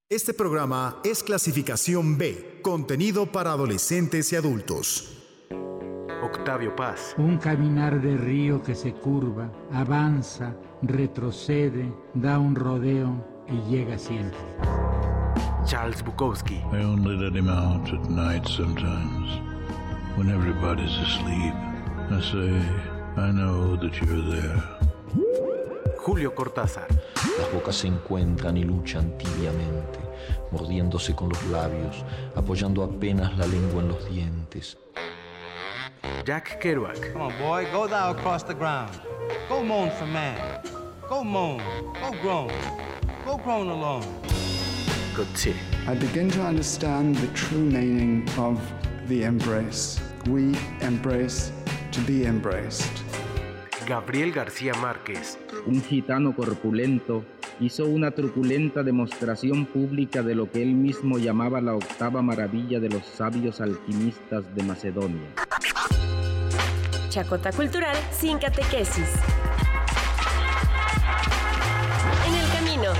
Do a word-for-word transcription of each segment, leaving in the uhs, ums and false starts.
Este programa es clasificación B, contenido para adolescentes y adultos. Octavio Paz. Un caminar de río que se curva, avanza, retrocede, da un rodeo y llega siempre. Charles Bukowski. I only let him out at night sometimes, when everybody's asleep. I say, I know that you're there. Julio Cortázar. Las bocas se encuentran y luchan tibiamente, mordiéndose con los labios, apoyando apenas la lengua en los dientes. Jack Kerouac. Come on, boy, go thou across the ground. Go moan for man. Go moan. Go groan. Go groan alone. Coetzee. I begin to understand the true meaning of the embrace. We embrace to be embraced. Gabriel García Márquez. Un gitano corpulento hizo una truculenta demostración pública de lo que él mismo llamaba la octava maravilla de los sabios alquimistas de Macedonia. Chacota Cultural sin catequesis. En el camino.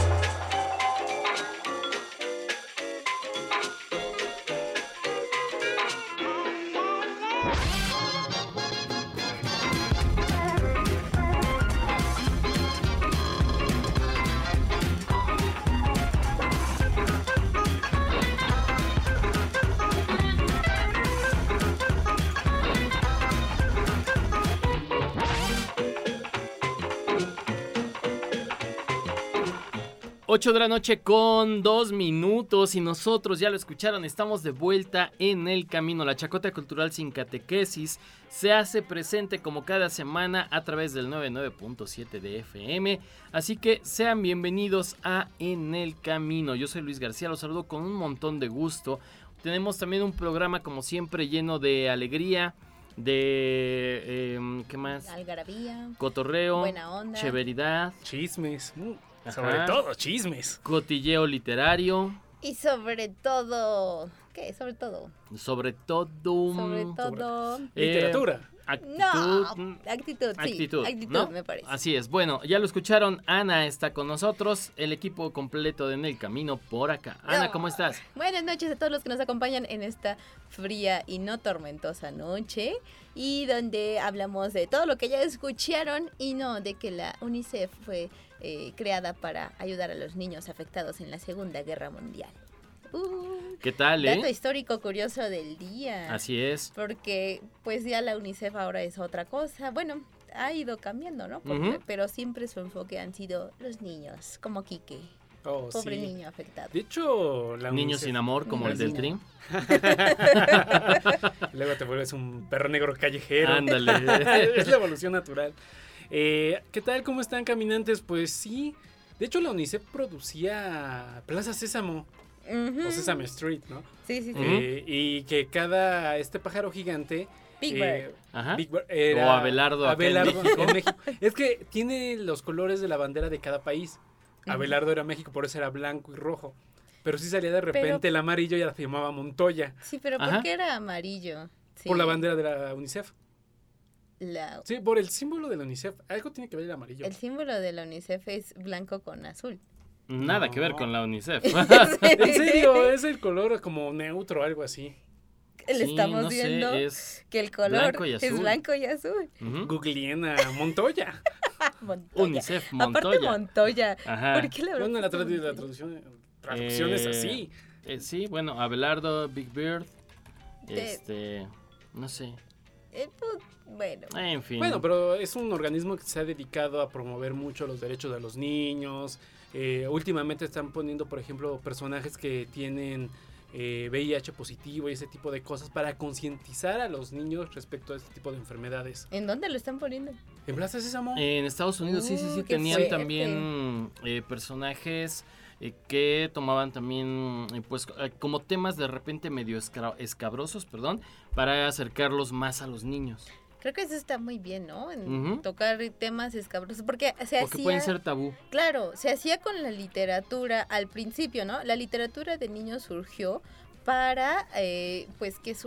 ocho de la noche con dos minutos y nosotros, ya lo escucharon, estamos de vuelta en el camino. La Chacota Cultural sin catequesis se hace presente como cada semana a través del noventa y nueve punto siete de F M, así que sean bienvenidos a En el Camino. Yo soy Luis García, los saludo con un montón de gusto. Tenemos también un programa como siempre lleno de alegría, de eh, ¿qué más? Algarabía, cotorreo, buena onda, chismeridad, chismes. Uh. Ajá. Sobre todo, chismes. Cotilleo literario. Y sobre todo... ¿Qué? Sobre todo. Sobre todo... Sobre todo... Eh, literatura. Actitud. No, actitud, sí. Actitud, actitud, ¿no? me parece. Así es. Bueno, ya lo escucharon. Ana está con nosotros. El equipo completo de En el Camino por acá. Ana, No. ¿cómo estás? Buenas noches a todos los que nos acompañan en esta fría y no tormentosa noche. Y donde hablamos de todo lo que ya escucharon y no de que la UNICEF fue eh, creada para ayudar a los niños afectados en la Segunda Guerra Mundial. Uh, ¿Qué tal, eh? Dato histórico curioso del día. Así es. Porque pues ya la UNICEF ahora es otra cosa. Bueno, ha ido cambiando, ¿no? Porque, Uh-huh. pero siempre su enfoque han sido los niños, como Quique. Oh, Pobre sí. niño afectado. De hecho, la Niño UNICEF... sin amor, como el del Trim. Luego te vuelves un perro negro callejero. Ándale. Es la evolución natural. Eh, ¿Qué tal? ¿Cómo están, caminantes? Pues sí. De hecho, la UNICEF producía Plaza Sésamo. Uh-huh. O Sesame Street, ¿no? Sí, sí, sí. Eh, y que cada, este pájaro gigante... Big eh, Bird. Ajá. Big Bird era O Abelardo acá en Abelardo México. en México. Es que tiene los colores de la bandera de cada país. Ujú. Abelardo era México, por eso era blanco y rojo. Pero sí salía de repente Pero- el amarillo y la firmaba Montoya. Sí, pero Ajá. ¿por qué era amarillo? Sí. Por la bandera de la UNICEF. La- Sí, por el símbolo de la UNICEF. Algo tiene que ver el amarillo. el símbolo de la UNICEF es blanco con azul. Nada No. que ver con la UNICEF. En serio, es el color como neutro, algo así. Le Sí, estamos no sé, viendo es que el color blanco y es azul. blanco y azul. Ujú. Googleen a Montoya. Montoya. UNICEF, Aparte Montoya. Montoya. Ajá. ¿Por qué la Bueno, la, verdad? tradu- la traducción, traducción es Eh, así. eh, sí, bueno, Abelardo, Big Bird. De- Este. No sé. Eh, pues, bueno. En fin. Bueno, pero es un organismo que se ha dedicado a promover mucho los derechos de los niños. Eh, últimamente están poniendo, por ejemplo, personajes que tienen eh, V I H positivo y ese tipo de cosas para concientizar a los niños respecto a este tipo de enfermedades. ¿En dónde lo están poniendo? ¿En Plaza Sésamo? En Estados Unidos sí, sí, sí, Uh, qué tenían fuerte. también eh, personajes eh, que tomaban también, eh, pues, eh, como temas de repente medio escra- escabrosos, perdón, para acercarlos más a los niños. Creo que eso está muy bien, ¿no? En Ujú. tocar temas escabrosos. Porque se Porque hacía... pueden ser tabú. Claro, se hacía con la literatura al principio, ¿no? La literatura de niños surgió para, eh, pues, que su-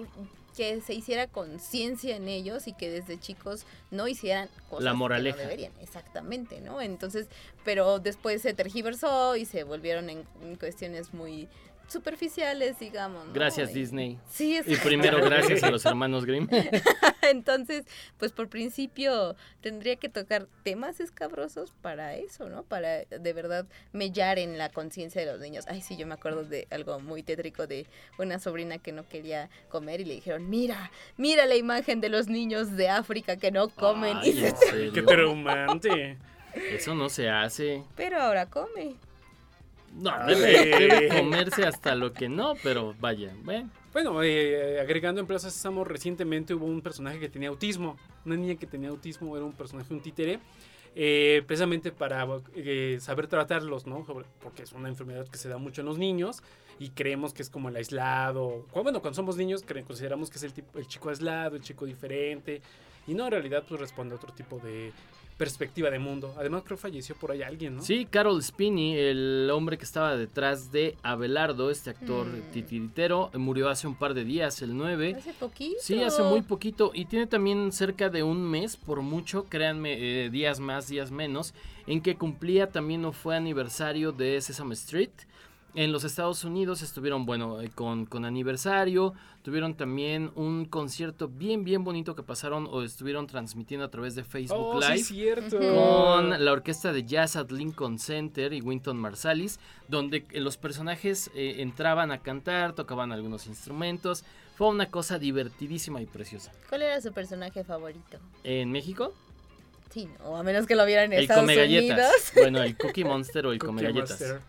que se hiciera conciencia en ellos y que desde chicos no hicieran cosas La moraleja. que no deberían, exactamente, ¿no? Entonces, pero después se tergiversó y se volvieron en, en cuestiones muy superficiales, digamos, ¿no? Gracias, Y- Disney. Sí, es Y primero gracias a los hermanos Grimm. Entonces, pues por principio tendría que tocar temas escabrosos para eso, ¿no? Para de verdad mellar en la conciencia de los niños. Ay, sí, yo me acuerdo de algo muy tétrico de una sobrina que no quería comer y le dijeron, mira, mira la imagen de los niños de África que no comen. Ay, Y se- ¿en serio? Qué traumante. Eso no se hace. Pero ahora come. No, Ay. debe, debe comerse hasta lo que no, pero vaya, bueno. Bueno, eh, agregando en Plaza Sésamo, recientemente hubo un personaje que tenía autismo. Una niña que tenía autismo, era un personaje, un títere. Eh, precisamente para eh, saber tratarlos, ¿no? Sobre- porque es una enfermedad que se da mucho en los niños y creemos que es como el aislado. Cu- Bueno, cuando somos niños cre- consideramos que es el, tipo, el chico aislado, el chico diferente. Y no, en realidad pues responde a otro tipo de perspectiva de mundo. Además creo que falleció por ahí alguien, ¿no? Sí, Carol Spinney, el hombre que estaba detrás de Abelardo, este actor Mm. titiritero, murió hace un par de días, el nueve. Hace poquito. Sí, hace muy poquito. Y tiene también cerca de un mes, por mucho, créanme, eh, días más, días menos, en que cumplía también o fue aniversario de Sesame Street. En los Estados Unidos estuvieron, bueno, eh, con, con aniversario, tuvieron también un concierto bien, bien bonito que pasaron o estuvieron transmitiendo a través de Facebook Oh, Live. sí, cierto. Con la orquesta de jazz at Lincoln Center y Wynton Marsalis, donde eh, los personajes eh, entraban a cantar, tocaban algunos instrumentos. Fue una cosa divertidísima y preciosa. ¿Cuál era su personaje favorito? En México, Sí, o a menos que lo vieran en el Estados come galletas. Unidos. Bueno, el Cookie Monster o el Cookie come galletas. Monster.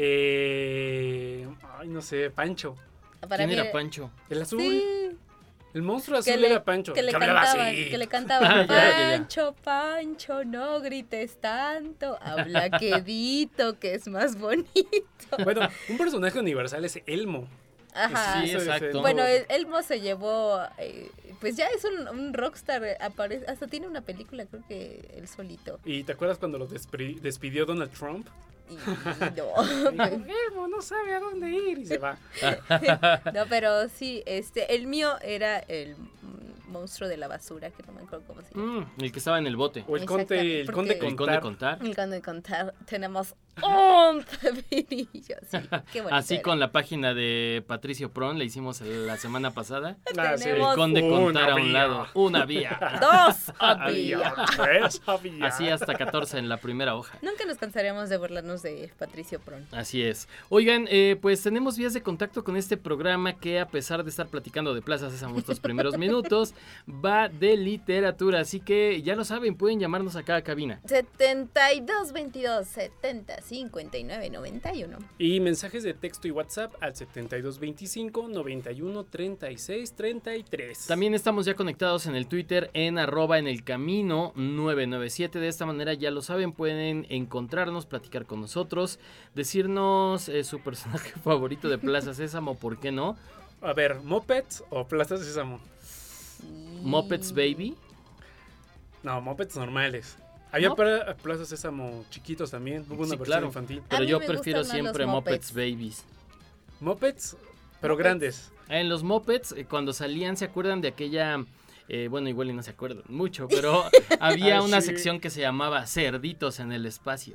Eh, ay, no sé, Pancho. Para ¿Quién mí era era- Pancho? El azul. Sí. El monstruo azul Que le, era Pancho. que le hablaba cantaban, así. que le cantaban, Ah, ya, ya, ya. Pancho, Pancho, no grites tanto, habla quedito, que es más bonito. Bueno, un personaje universal es Elmo. Ajá. Sí, Eso es exacto. el- Bueno, el- Elmo se llevó, eh, pues ya es un, un rockstar, eh, aparece, hasta tiene una película, creo que él solito. ¿Y te acuerdas cuando lo despri- despidió Donald Trump? Y no. Dijo, Elmo no sabe a dónde ir y se va. No, pero sí, este, el mío era el mm, monstruo de la basura, que no me acuerdo cómo se llama. Mm, el que estaba en el bote. O el conde, el Exactamente, conde porque- El conde contar. contar. El conde contar, tenemos un pepinillo, sí, qué bonito Así era. con la página de Patricio Pron, le hicimos la semana pasada. Ah, sí. El Tenemos conde Una contar a un vía. lado. Una vía. dos Había, había. tres había. Así hasta catorce en la primera hoja. Nunca nos cansaremos de burlarnos de Patricio Pron. Así es. Oigan, eh, pues tenemos vías de contacto con este programa que, a pesar de estar platicando de Plaza Sésamo estos primeros minutos, va de literatura. Así que ya lo saben, pueden llamarnos acá a cabina. setenta y dos veintidós setenta cincuenta y nueve noventa y uno. Y mensajes de texto y WhatsApp al setenta y dos veinticinco noventa y uno treinta y seis treinta y tres. También estamos ya conectados en el Twitter en arroba en el camino nueve nueve siete. De esta manera, ya lo saben, pueden encontrarnos, platicar con nosotros, decirnos eh, su personaje favorito de Plaza Sésamo, ¿por qué no? A ver, ¿Mopeds o Plaza Sésamo? Muppets Baby. No, Mopeds normales. Había ¿No? para Plaza Sésamo chiquitos también. Hubo una Sí, versión claro. infantil. Pero mí yo me prefiero gustan más siempre los Muppets Muppets. Babies. Mopeds, pero Muppets. grandes. En los Muppets, eh, cuando salían, ¿se acuerdan de aquella? Eh, bueno, igual y no se acuerdan mucho, pero había Ah, una sí. sección que se llamaba Cerditos en el espacio.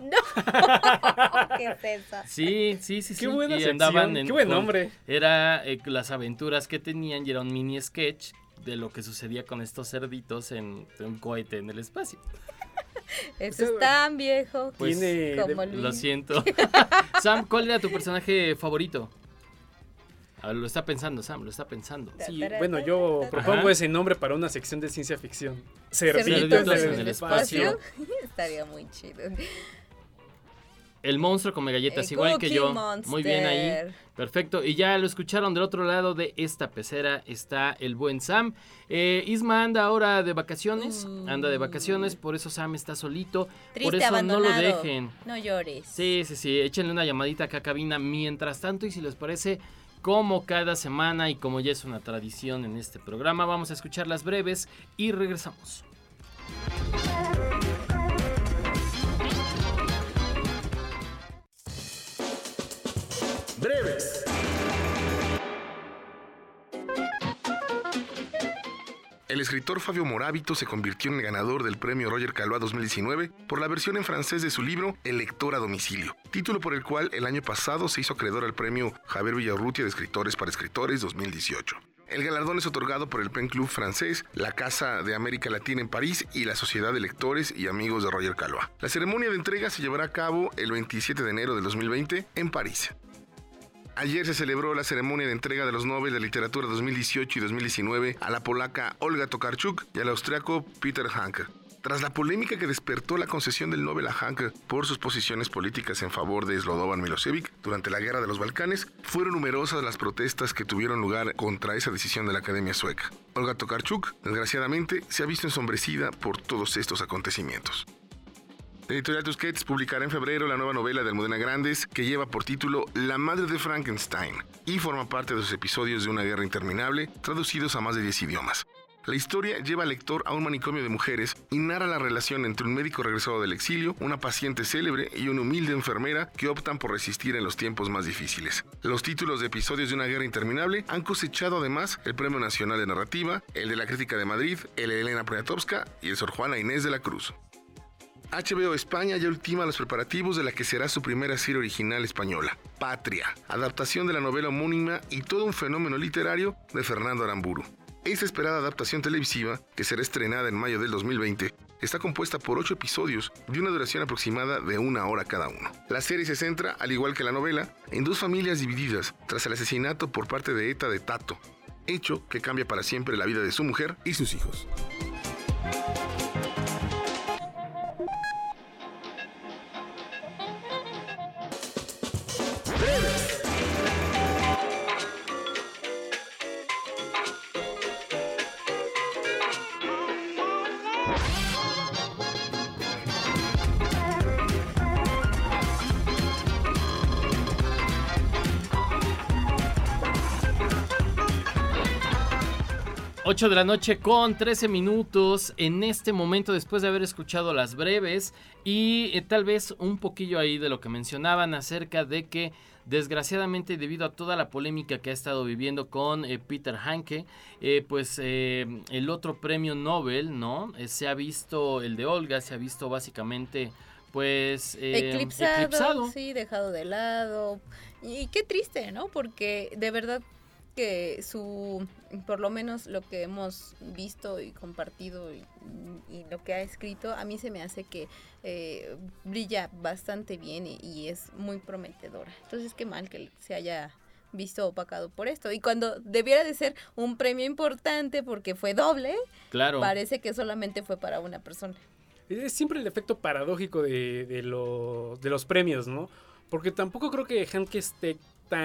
¿Qué es esa? Sí, sí, sí, sí. Qué buena y sección, andaban en, qué buen con- nombre. Era eh, las aventuras que tenían y era un mini sketch de lo que sucedía con estos cerditos en, en un cohete en el espacio. Eso es tan viejo Pues, Tiene- como Luis. Lo siento. Sam, ¿cuál era tu personaje favorito? A ver, lo está pensando, Sam, lo está pensando. Sí, bueno, yo propongo Ajá. ese nombre para una sección de ciencia ficción. Cerditos Cerditos en en el el espacio. Estaría muy chido. El monstruo come galletas, El igual que Cookie yo. Monster. Muy bien ahí. Perfecto. Y ya lo escucharon, del otro lado de esta pecera está el buen Sam. Eh, Isma anda ahora de vacaciones. Uh. Anda de vacaciones, por eso Sam está solito. Triste, por eso abandonado. no lo dejen. No llores. Sí, sí, sí. Échenle una llamadita acá a cabina mientras tanto. Y si les parece, como cada semana y como ya es una tradición en este programa, vamos a escuchar las breves y regresamos. Breves. El escritor Fabio Morábito se convirtió en el ganador del premio Roger Caillois dos mil diecinueve por la versión en francés de su libro El lector a domicilio, título por el cual el año pasado se hizo acreedor al premio Javier Villarrutia de Escritores para Escritores dos mil dieciocho. El galardón es otorgado por el Pen Club francés, la Casa de América Latina en París y la Sociedad de Lectores y Amigos de Roger Caillois. La ceremonia de entrega se llevará a cabo el veintisiete de enero de dos mil veinte en París. Ayer se celebró la ceremonia de entrega de los Nobel de Literatura dos mil dieciocho y dos mil diecinueve a la polaca Olga Tokarczuk y al austriaco Peter Handke. Tras la polémica que despertó la concesión del Nobel a Handke por sus posiciones políticas en favor de Slobodan Milosevic durante la Guerra de los Balcanes, fueron numerosas las protestas que tuvieron lugar contra esa decisión de la Academia Sueca. Olga Tokarczuk, desgraciadamente, se ha visto ensombrecida por todos estos acontecimientos. La editorial Tusquets publicará en febrero la nueva novela de Almudena Grandes que lleva por título La madre de Frankenstein y forma parte de sus episodios de una guerra interminable traducidos a más de diez idiomas. La historia lleva al lector a un manicomio de mujeres y narra la relación entre un médico regresado del exilio, una paciente célebre y una humilde enfermera que optan por resistir en los tiempos más difíciles. Los títulos de episodios de una guerra interminable han cosechado además el Premio Nacional de Narrativa, el de la Crítica de Madrid, el de Elena Poniatowska y el Sor Juana Inés de la Cruz. H B O España ya ultima los preparativos de la que será su primera serie original española, Patria, adaptación de la novela homónima y todo un fenómeno literario de Fernando Aramburu. Esta esperada adaptación televisiva, que será estrenada en mayo del dos mil veinte, está compuesta por ocho episodios de una duración aproximada de una hora cada uno. La serie se centra, al igual que la novela, en dos familias divididas tras el asesinato por parte de ETA de Tato, hecho que cambia para siempre la vida de su mujer y sus hijos. ocho de la noche con trece minutos en este momento, después de haber escuchado las breves y eh, tal vez un poquillo ahí de lo que mencionaban acerca de que desgraciadamente debido a toda la polémica que ha estado viviendo con eh, Peter Handke, eh, pues eh, el otro premio Nobel, ¿no? Eh, se ha visto, el de Olga, se ha visto básicamente pues eh, eclipsado, eclipsado. Sí, dejado de lado. Y qué triste, ¿no? Porque de verdad que su, por lo menos lo que hemos visto y compartido y, y lo que ha escrito, a mí se me hace que eh, brilla bastante bien y, y es muy prometedora. Entonces qué mal que se haya visto opacado por esto. Y cuando debiera de ser un premio importante porque fue doble, claro, parece que solamente fue para una persona. Es siempre el efecto paradójico de, de, lo, de los premios, ¿no? Porque tampoco creo que Handke esté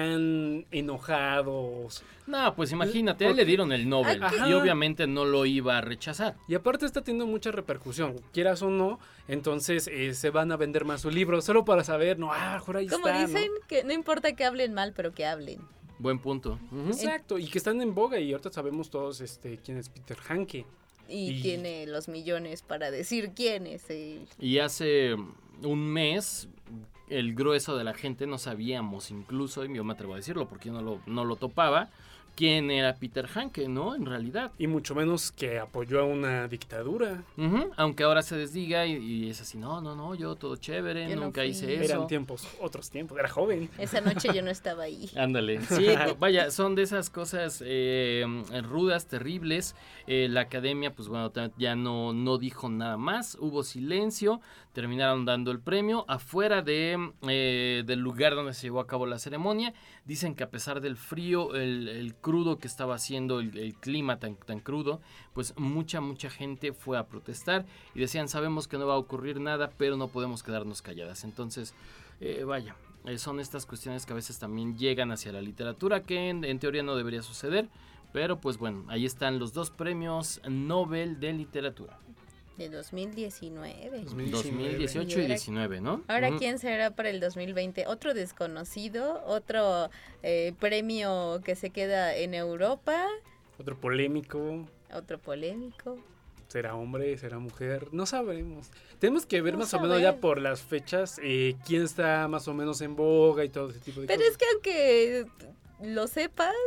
tan enojados. No, pues imagínate, a él le dieron el Nobel. Ajá. Y obviamente no lo iba a rechazar. Y aparte está teniendo mucha repercusión, quieras o no, entonces eh, se van a vender más su libro solo para saber, no, ah, ahora ahí Como está. Como dicen, ¿no? Que no importa que hablen mal, pero que hablen. Buen punto. Uh-huh. Exacto, y que están en boga y ahorita sabemos todos este quién es Peter Handke. Y, y tiene los millones para decir quién es él. Y hace un mes el grueso de la gente no sabíamos, incluso, y yo me atrevo a decirlo porque yo no lo, no lo topaba, quién era Peter Handke, ¿no? En realidad. Y mucho menos que apoyó a una dictadura. Uh-huh. Aunque ahora se desdiga y, y es así, no, no, no, yo todo chévere, yo nunca no hice eso. Eran tiempos, otros tiempos, era joven. Esa noche yo no estaba ahí. Ándale. Sí, vaya, son de esas cosas eh, rudas, terribles. Eh, la academia, pues bueno, ya no, no dijo nada más, hubo silencio, terminaron dando el premio. Afuera de, eh, del lugar donde se llevó a cabo la ceremonia, dicen que a pesar del frío, el, el crudo que estaba haciendo, el, el clima tan, tan crudo, pues mucha, mucha gente fue a protestar y decían, sabemos que no va a ocurrir nada, pero no podemos quedarnos calladas. Entonces, eh, vaya, eh, son estas cuestiones que a veces también llegan hacia la literatura, que en, en teoría no debería suceder, pero pues bueno, ahí están los dos premios Nobel de literatura. De dos mil diecinueve. dos mil dieciocho y diecinueve, ¿no? Ahora, uh-huh. ¿Quién será para el dos mil veinte? Otro desconocido, otro eh, premio que se queda en Europa. Otro polémico. Otro polémico. ¿Será hombre? ¿Será mujer? No sabremos. Tenemos que ver no más saber. o menos ya por las fechas eh, quién está más o menos en boga y todo ese tipo de Pero cosas. Pero es que aunque lo sepas,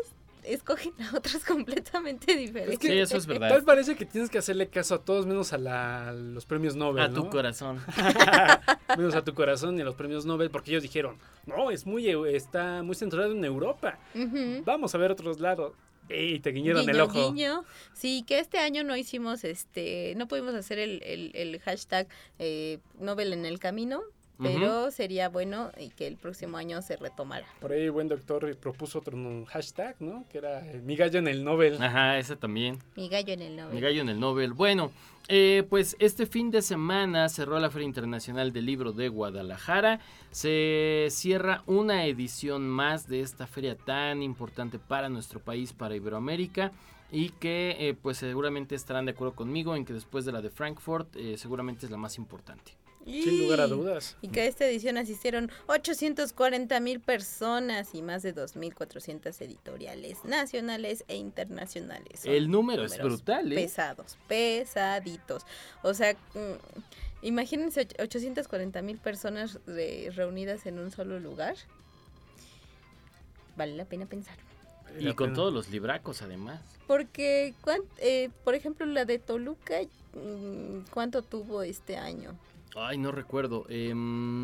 escogen a otros completamente diferentes. Es que sí, eso es verdad. Tal parece que tienes que hacerle caso a todos menos a, la, a los premios Nobel, A ¿no? tu corazón. Menos a tu corazón y a los premios Nobel, porque ellos dijeron, no, es muy, está muy centrado en Europa. Uh-huh. Vamos a ver otros lados. Y te guiñaron guiño, el ojo. Guiño. Sí, que este año no hicimos, este, no pudimos hacer el, el, el hashtag eh, Nobel en el camino, pero uh-huh. sería bueno y que el próximo año se retomara. Por ahí el buen doctor propuso otro hashtag, ¿no? Que era eh, mi gallo en el Nobel. Ajá, ese también. Mi gallo en el Nobel. Mi gallo en el Nobel. Bueno, eh, pues este fin de semana cerró la Feria Internacional del Libro de Guadalajara. Se cierra una edición más de esta feria tan importante para nuestro país, para Iberoamérica. Y que eh, pues seguramente estarán de acuerdo conmigo en que después de la de Frankfurt eh, seguramente es la más importante. Y, Sin lugar a dudas. Y que a esta edición asistieron ochocientas cuarenta mil personas y más de dos mil cuatrocientas editoriales nacionales e internacionales. Son el número es brutal, ¿eh? Pesados, pesaditos. O sea, mmm, imagínense ochocientas cuarenta mil personas re, reunidas en un solo lugar. Vale la pena pensar. Y la con pena. Todos los libracos además. Porque, eh, por ejemplo, la de Toluca, ¿cuánto tuvo este año? Ay, no recuerdo. Eh,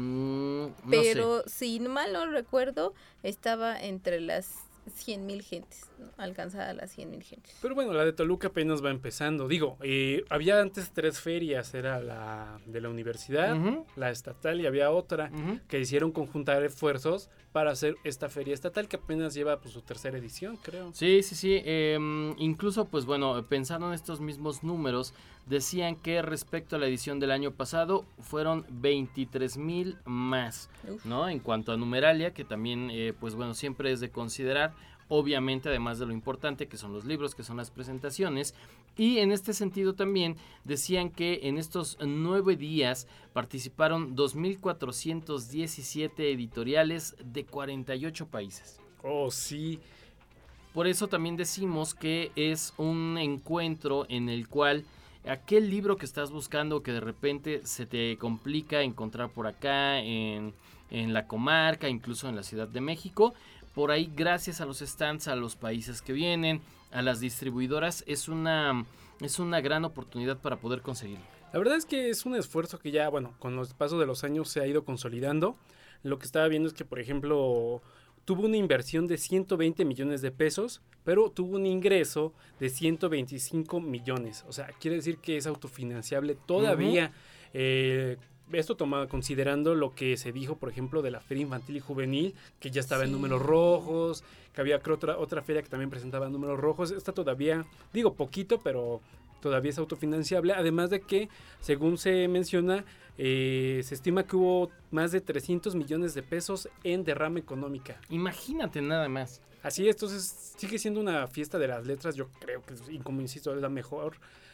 no Pero sé. si mal no recuerdo, estaba entre las cien mil gentes, ¿no? Alcanzada las cien mil gentes. Pero bueno, la de Toluca apenas va empezando. Digo, eh, había antes tres ferias, era la de la universidad, uh-huh. la estatal y había otra uh-huh. que hicieron conjuntar esfuerzos para hacer esta feria estatal que apenas lleva pues su tercera edición, creo. Sí, sí, sí. Eh, incluso, pues bueno, pensando en estos mismos números, decían que respecto a la edición del año pasado fueron veintitrés mil más, Uf. ¿no? En cuanto a numeralia, que también, eh, pues bueno, siempre es de considerar, obviamente, además de lo importante que son los libros, que son las presentaciones. Y en este sentido también decían que en estos nueve días participaron dos mil cuatrocientos diecisiete editoriales de cuarenta y ocho países. Oh, sí. Por eso también decimos que es un encuentro en el cual aquel libro que estás buscando que de repente se te complica encontrar por acá en, en la comarca, incluso en la Ciudad de México, por ahí gracias a los stands, a los países que vienen, a las distribuidoras, es una, es una gran oportunidad para poder conseguirlo. La verdad es que es un esfuerzo que ya, bueno, con los pasos de los años se ha ido consolidando. Lo que estaba viendo es que, por ejemplo, tuvo una inversión de ciento veinte millones de pesos, pero tuvo un ingreso de ciento veinticinco millones. O sea, quiere decir que es autofinanciable todavía. Uh-huh. Eh, esto toma considerando lo que se dijo, por ejemplo, de la Feria Infantil y Juvenil, que ya estaba sí. en números rojos, que había otra, otra feria que también presentaba números rojos. Está todavía, digo, poquito, pero todavía es autofinanciable. Además de que, según se menciona, eh, se estima que hubo más de trescientos millones de pesos en derrama económica. Imagínate nada más. Así es, entonces sigue siendo una fiesta de las letras. Yo creo que, y como insisto, es la mejor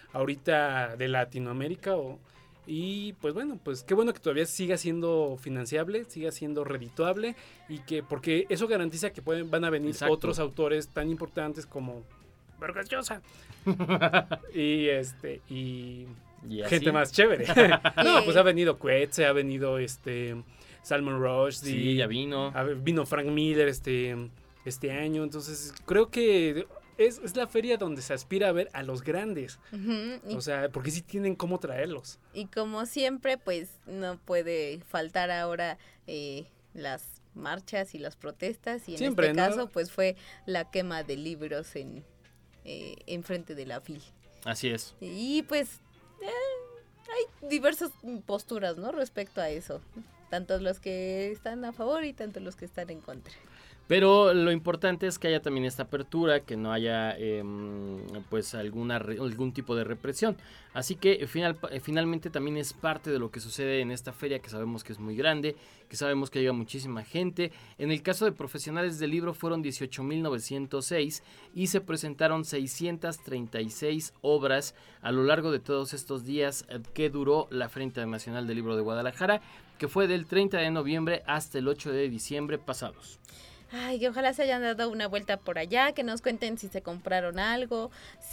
ahorita de Latinoamérica. O, y pues bueno, pues qué bueno que todavía siga siendo financiable, siga siendo redituable, y que porque eso garantiza que pueden van a venir Exacto. otros autores tan importantes como Vargas Llosa y este y, ¿Y gente más chévere. No, pues ha venido Coetze, ha venido este Salman Rushdie, sí, ya vino, vino Frank Miller este este año, entonces creo que Es, es la feria donde se aspira a ver a los grandes. Uh-huh. O sea, porque sí tienen cómo traerlos. Y como siempre, pues no puede faltar ahora eh, las marchas y las protestas. Y en siempre, este ¿no? caso, pues fue la quema de libros en eh, enfrente de la F I L. Así es. Y pues eh, hay diversas posturas, ¿no? Respecto a eso. Tanto los que están a favor y tanto los que están en contra. Pero lo importante es que haya también esta apertura, que no haya eh, pues alguna algún tipo de represión. Así que final, finalmente también es parte de lo que sucede en esta feria, que sabemos que es muy grande, que sabemos que llega muchísima gente. En el caso de profesionales del libro fueron dieciocho mil novecientos seis y se presentaron seiscientas treinta y seis obras a lo largo de todos estos días que duró la Feria Internacional del Libro de Guadalajara, que fue del treinta de noviembre hasta el ocho de diciembre pasados. Ay, que ojalá se hayan dado una vuelta por allá, que nos cuenten si se compraron algo,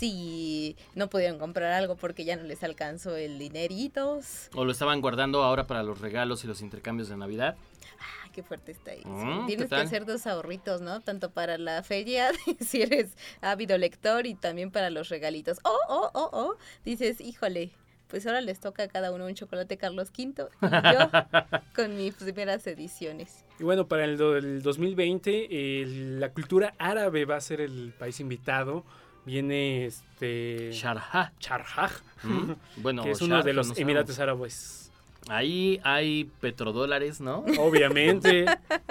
si no pudieron comprar algo porque ya no les alcanzó el dineritos. O lo estaban guardando ahora para los regalos y los intercambios de Navidad. Ah, qué fuerte está ahí. Mm, sí, tienes ¿qué que tal? hacer dos ahorritos, ¿no? Tanto para la feria, si eres ávido lector, y también para los regalitos. Oh, oh, oh, oh. Dices, híjole, pues ahora les toca a cada uno un chocolate Carlos Quinto y yo con mis primeras ediciones. Y bueno, para el, do, el dos mil veinte, eh, la cultura árabe va a ser el país invitado. Viene este... Sharjah. Sharjah. Mm, bueno, que es uno Sharjah, de los no Emiratos sabemos. Árabes. Ahí hay petrodólares, ¿no? Obviamente.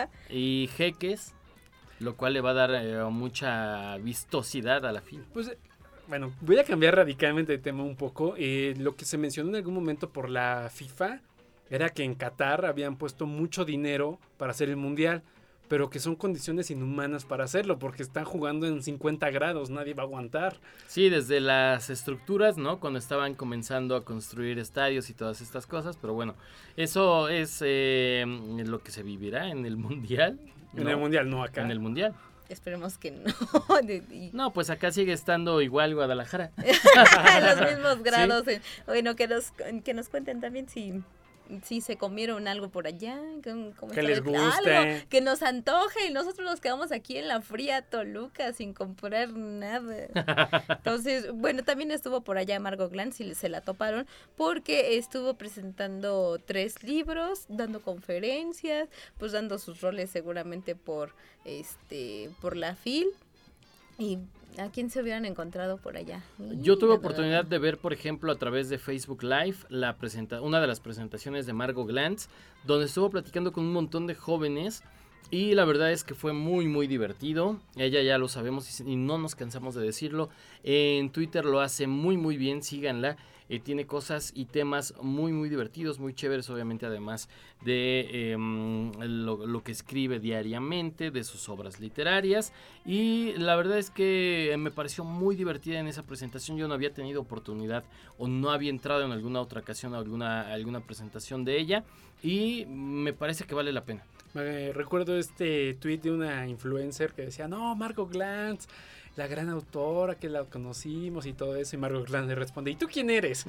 Y jeques, lo cual le va a dar eh, mucha vistosidad a la fin. Pues, bueno, voy a cambiar radicalmente de tema un poco. Eh, lo que se mencionó en algún momento por la FIFA era que en Qatar habían puesto mucho dinero para hacer el mundial, pero que son condiciones inhumanas para hacerlo, porque están jugando en cincuenta grados, nadie va a aguantar. Sí, desde las estructuras, ¿no? Cuando estaban comenzando a construir estadios y todas estas cosas, pero bueno, eso es eh, lo que se vivirá en el mundial. En ¿no? el mundial, no acá. En el mundial. Esperemos que no. No, pues acá sigue estando igual Guadalajara. Los mismos grados. ¿Sí? Eh. Bueno, que nos, que nos cuenten también si... si se comieron algo por allá, cómo que les guste, algo que nos antoje, y nosotros nos quedamos aquí en la fría Toluca sin comprar nada. Entonces, bueno, también estuvo por allá Margot Glantz y se la toparon porque estuvo presentando tres libros, dando conferencias, pues dando sus roles seguramente por este por la F I L. ¿Y a quién se hubieran encontrado por allá? Yo tuve oportunidad de ver, por ejemplo, a través de Facebook Live, la presenta- una de las presentaciones de Margot Glantz, donde estuvo platicando con un montón de jóvenes, y la verdad es que fue muy, muy divertido. Ella ya lo sabemos y, y no nos cansamos de decirlo. En Twitter lo hace muy, muy bien, síganla. Eh, tiene cosas y temas muy, muy divertidos, muy chéveres, obviamente, además de eh, lo, lo que escribe diariamente, de sus obras literarias. Y la verdad es que me pareció muy divertida en esa presentación. Yo no había tenido oportunidad o no había entrado en alguna otra ocasión a alguna, alguna presentación de ella. Y me parece que vale la pena. Eh, recuerdo este tweet de una influencer que decía, no, Margot Glantz, la gran autora que la conocimos y todo eso, y Margot Glantz le responde, ¿y tú quién eres?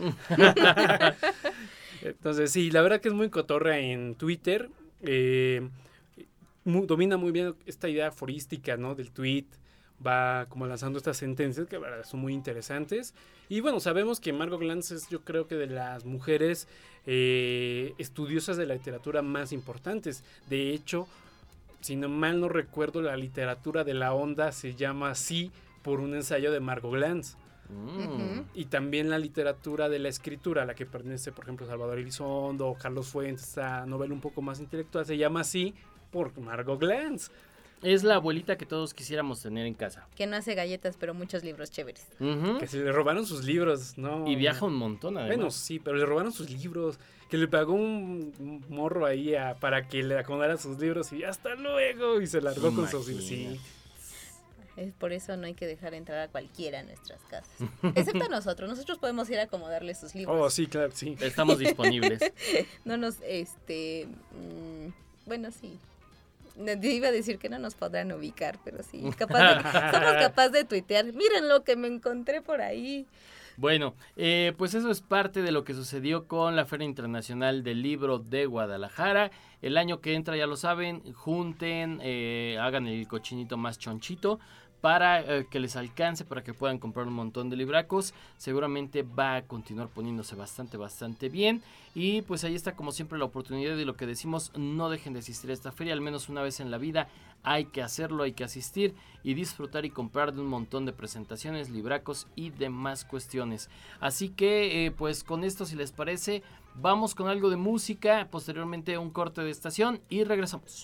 Entonces sí, la verdad que es muy cotorra en Twitter, eh, muy, domina muy bien esta idea aforística, ¿no? Del tweet, va como lanzando estas sentencias que la verdad son muy interesantes. Y bueno, sabemos que Margot Glantz es, yo creo que de las mujeres eh, estudiosas de la literatura más importantes. De hecho, si no mal no recuerdo, la literatura de la onda se llama así por un ensayo de Margot Glantz. Mm. Y también la literatura de la escritura, a la que pertenece, por ejemplo, Salvador Elizondo o Carlos Fuentes, esta novela un poco más intelectual, se llama así por Margot Glantz. Es la abuelita que todos quisiéramos tener en casa. Que no hace galletas, pero muchos libros chéveres. Uh-huh. Que se le robaron sus libros, ¿no? Y viaja un montón, además. Bueno, sí, pero le robaron sus libros. Que le pagó un morro ahí a, para que le acomodara sus libros y hasta luego. Y se largó con sus libros. Sí. Es por eso no hay que dejar entrar a cualquiera a nuestras casas. Excepto a nosotros. Nosotros podemos ir a acomodarle sus libros. Oh, sí, claro, sí. Estamos disponibles. No nos, este... Mmm, bueno, sí. Iba a decir que no nos podrán ubicar, pero sí, capaz de, somos capaces de tuitear. Miren lo que me encontré por ahí. Bueno, eh, pues eso es parte de lo que sucedió con la Feria Internacional del Libro de Guadalajara. El año que entra, ya lo saben, junten, eh, hagan el cochinito más chonchito para eh, que les alcance, para que puedan comprar un montón de libracos. Seguramente va a continuar poniéndose bastante, bastante bien. Y pues ahí está, como siempre, la oportunidad de lo que decimos, no dejen de asistir a esta feria, al menos una vez en la vida. Hay que hacerlo, hay que asistir y disfrutar y comprar de un montón de presentaciones, libracos y demás cuestiones. Así que, eh, pues con esto, si les parece, vamos con algo de música, posteriormente un corte de estación y regresamos.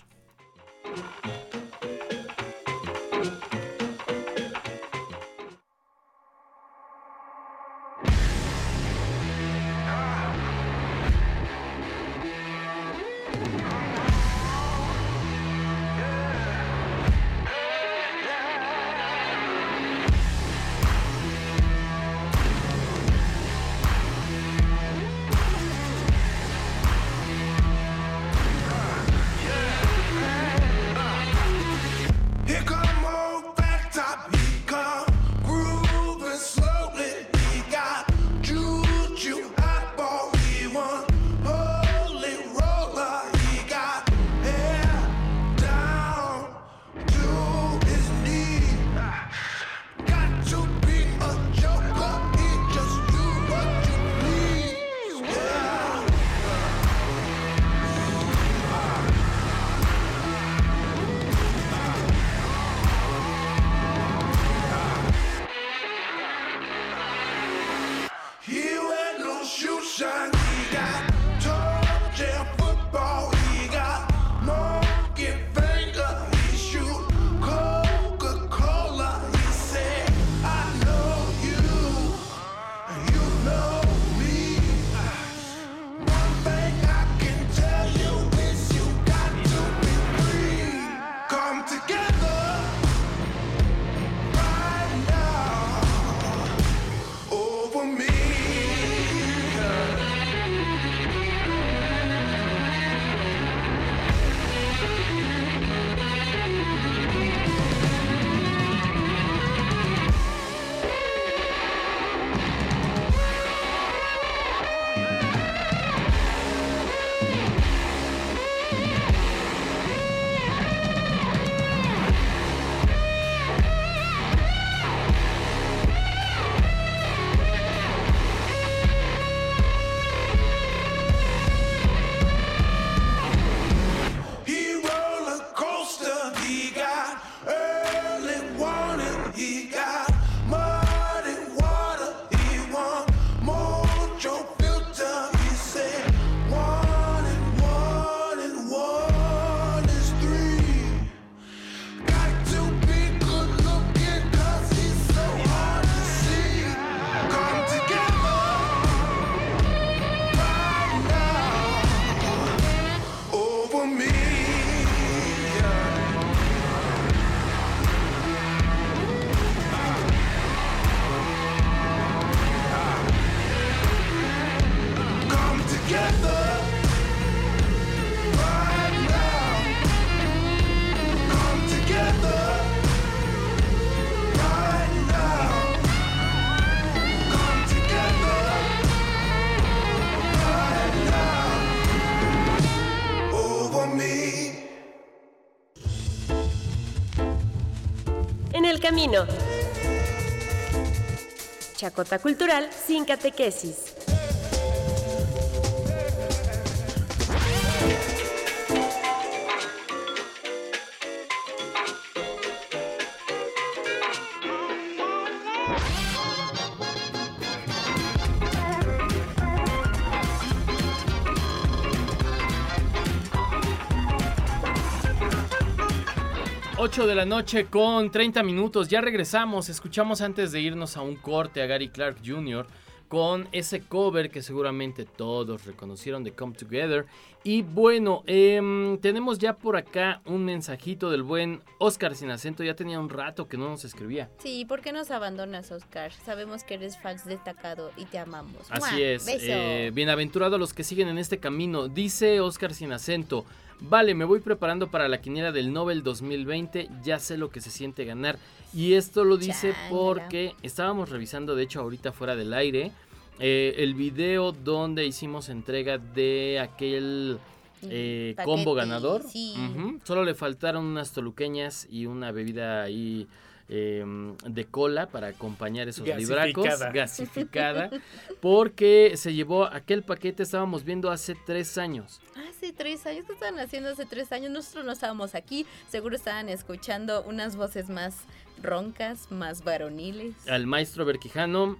el camino. Chacota cultural sin catequesis. ocho de la noche con treinta minutos, ya regresamos, escuchamos antes de irnos a un corte a Gary Clark junior con ese cover que seguramente todos reconocieron de Come Together. Y bueno, eh, tenemos ya por acá un mensajito del buen Oscar Sin Acento, ya tenía un rato que no nos escribía. Sí, ¿por qué nos abandonas, Oscar? Sabemos que eres fan destacado y te amamos. Así ¡Mua! es, Beso. eh, bienaventurados los que siguen en este camino, dice Oscar Sin Acento. Vale, me voy preparando para la quiniela del Nobel dos mil veinte, ya sé lo que se siente ganar. Y esto lo dice Chángala. porque estábamos revisando, de hecho ahorita fuera del aire, eh, el video donde hicimos entrega de aquel eh, Paquete, combo ganador. sí. Ujú. Solo le faltaron unas toluqueñas y una bebida ahí eh, de cola para acompañar esos Gasificada. libracos. Gasificada. Porque se llevó aquel paquete, estábamos viendo hace tres años. Hace tres años, ¿qué estaban haciendo hace tres años? Nosotros no estábamos aquí, seguro estaban escuchando unas voces más roncas, más varoniles. Al maestro Berquijano,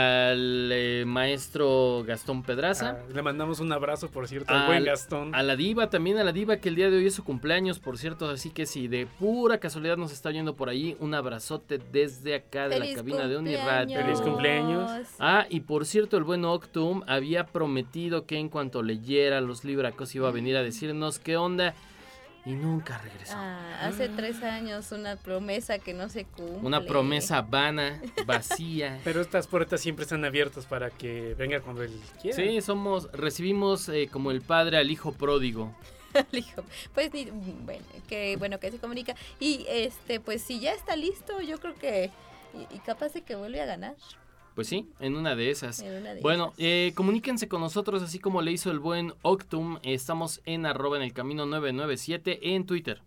al eh, maestro Gastón Pedraza. Ah, le mandamos un abrazo, por cierto, al al- buen Gastón. A la diva, también a la diva que el día de hoy es su cumpleaños, por cierto, así que si de pura casualidad nos está oyendo por ahí, un abrazote desde acá de la ¡Feliz cabina de Uniradio. cumpleaños! Feliz cumpleaños. Ah, y por cierto, el buen Octum había prometido que en cuanto leyera los libracos iba a venir a decirnos qué onda y nunca regresó. Ah, hace tres años una promesa que no se cumple. Una promesa vana, vacía. Pero estas puertas siempre están abiertas para que venga cuando él quiera. Sí, somos, recibimos eh, como el padre al hijo pródigo. Hijo, pues ni- bueno, que bueno que se comunica. Y este, pues si ya está listo, yo creo que y, y capaz de que vuelve a ganar. Pues sí, en una de esas. En una de Bueno, esas. eh, comuníquense con nosotros así como le hizo el buen Octum. Estamos en arroba en el camino nueve nueve siete en Twitter.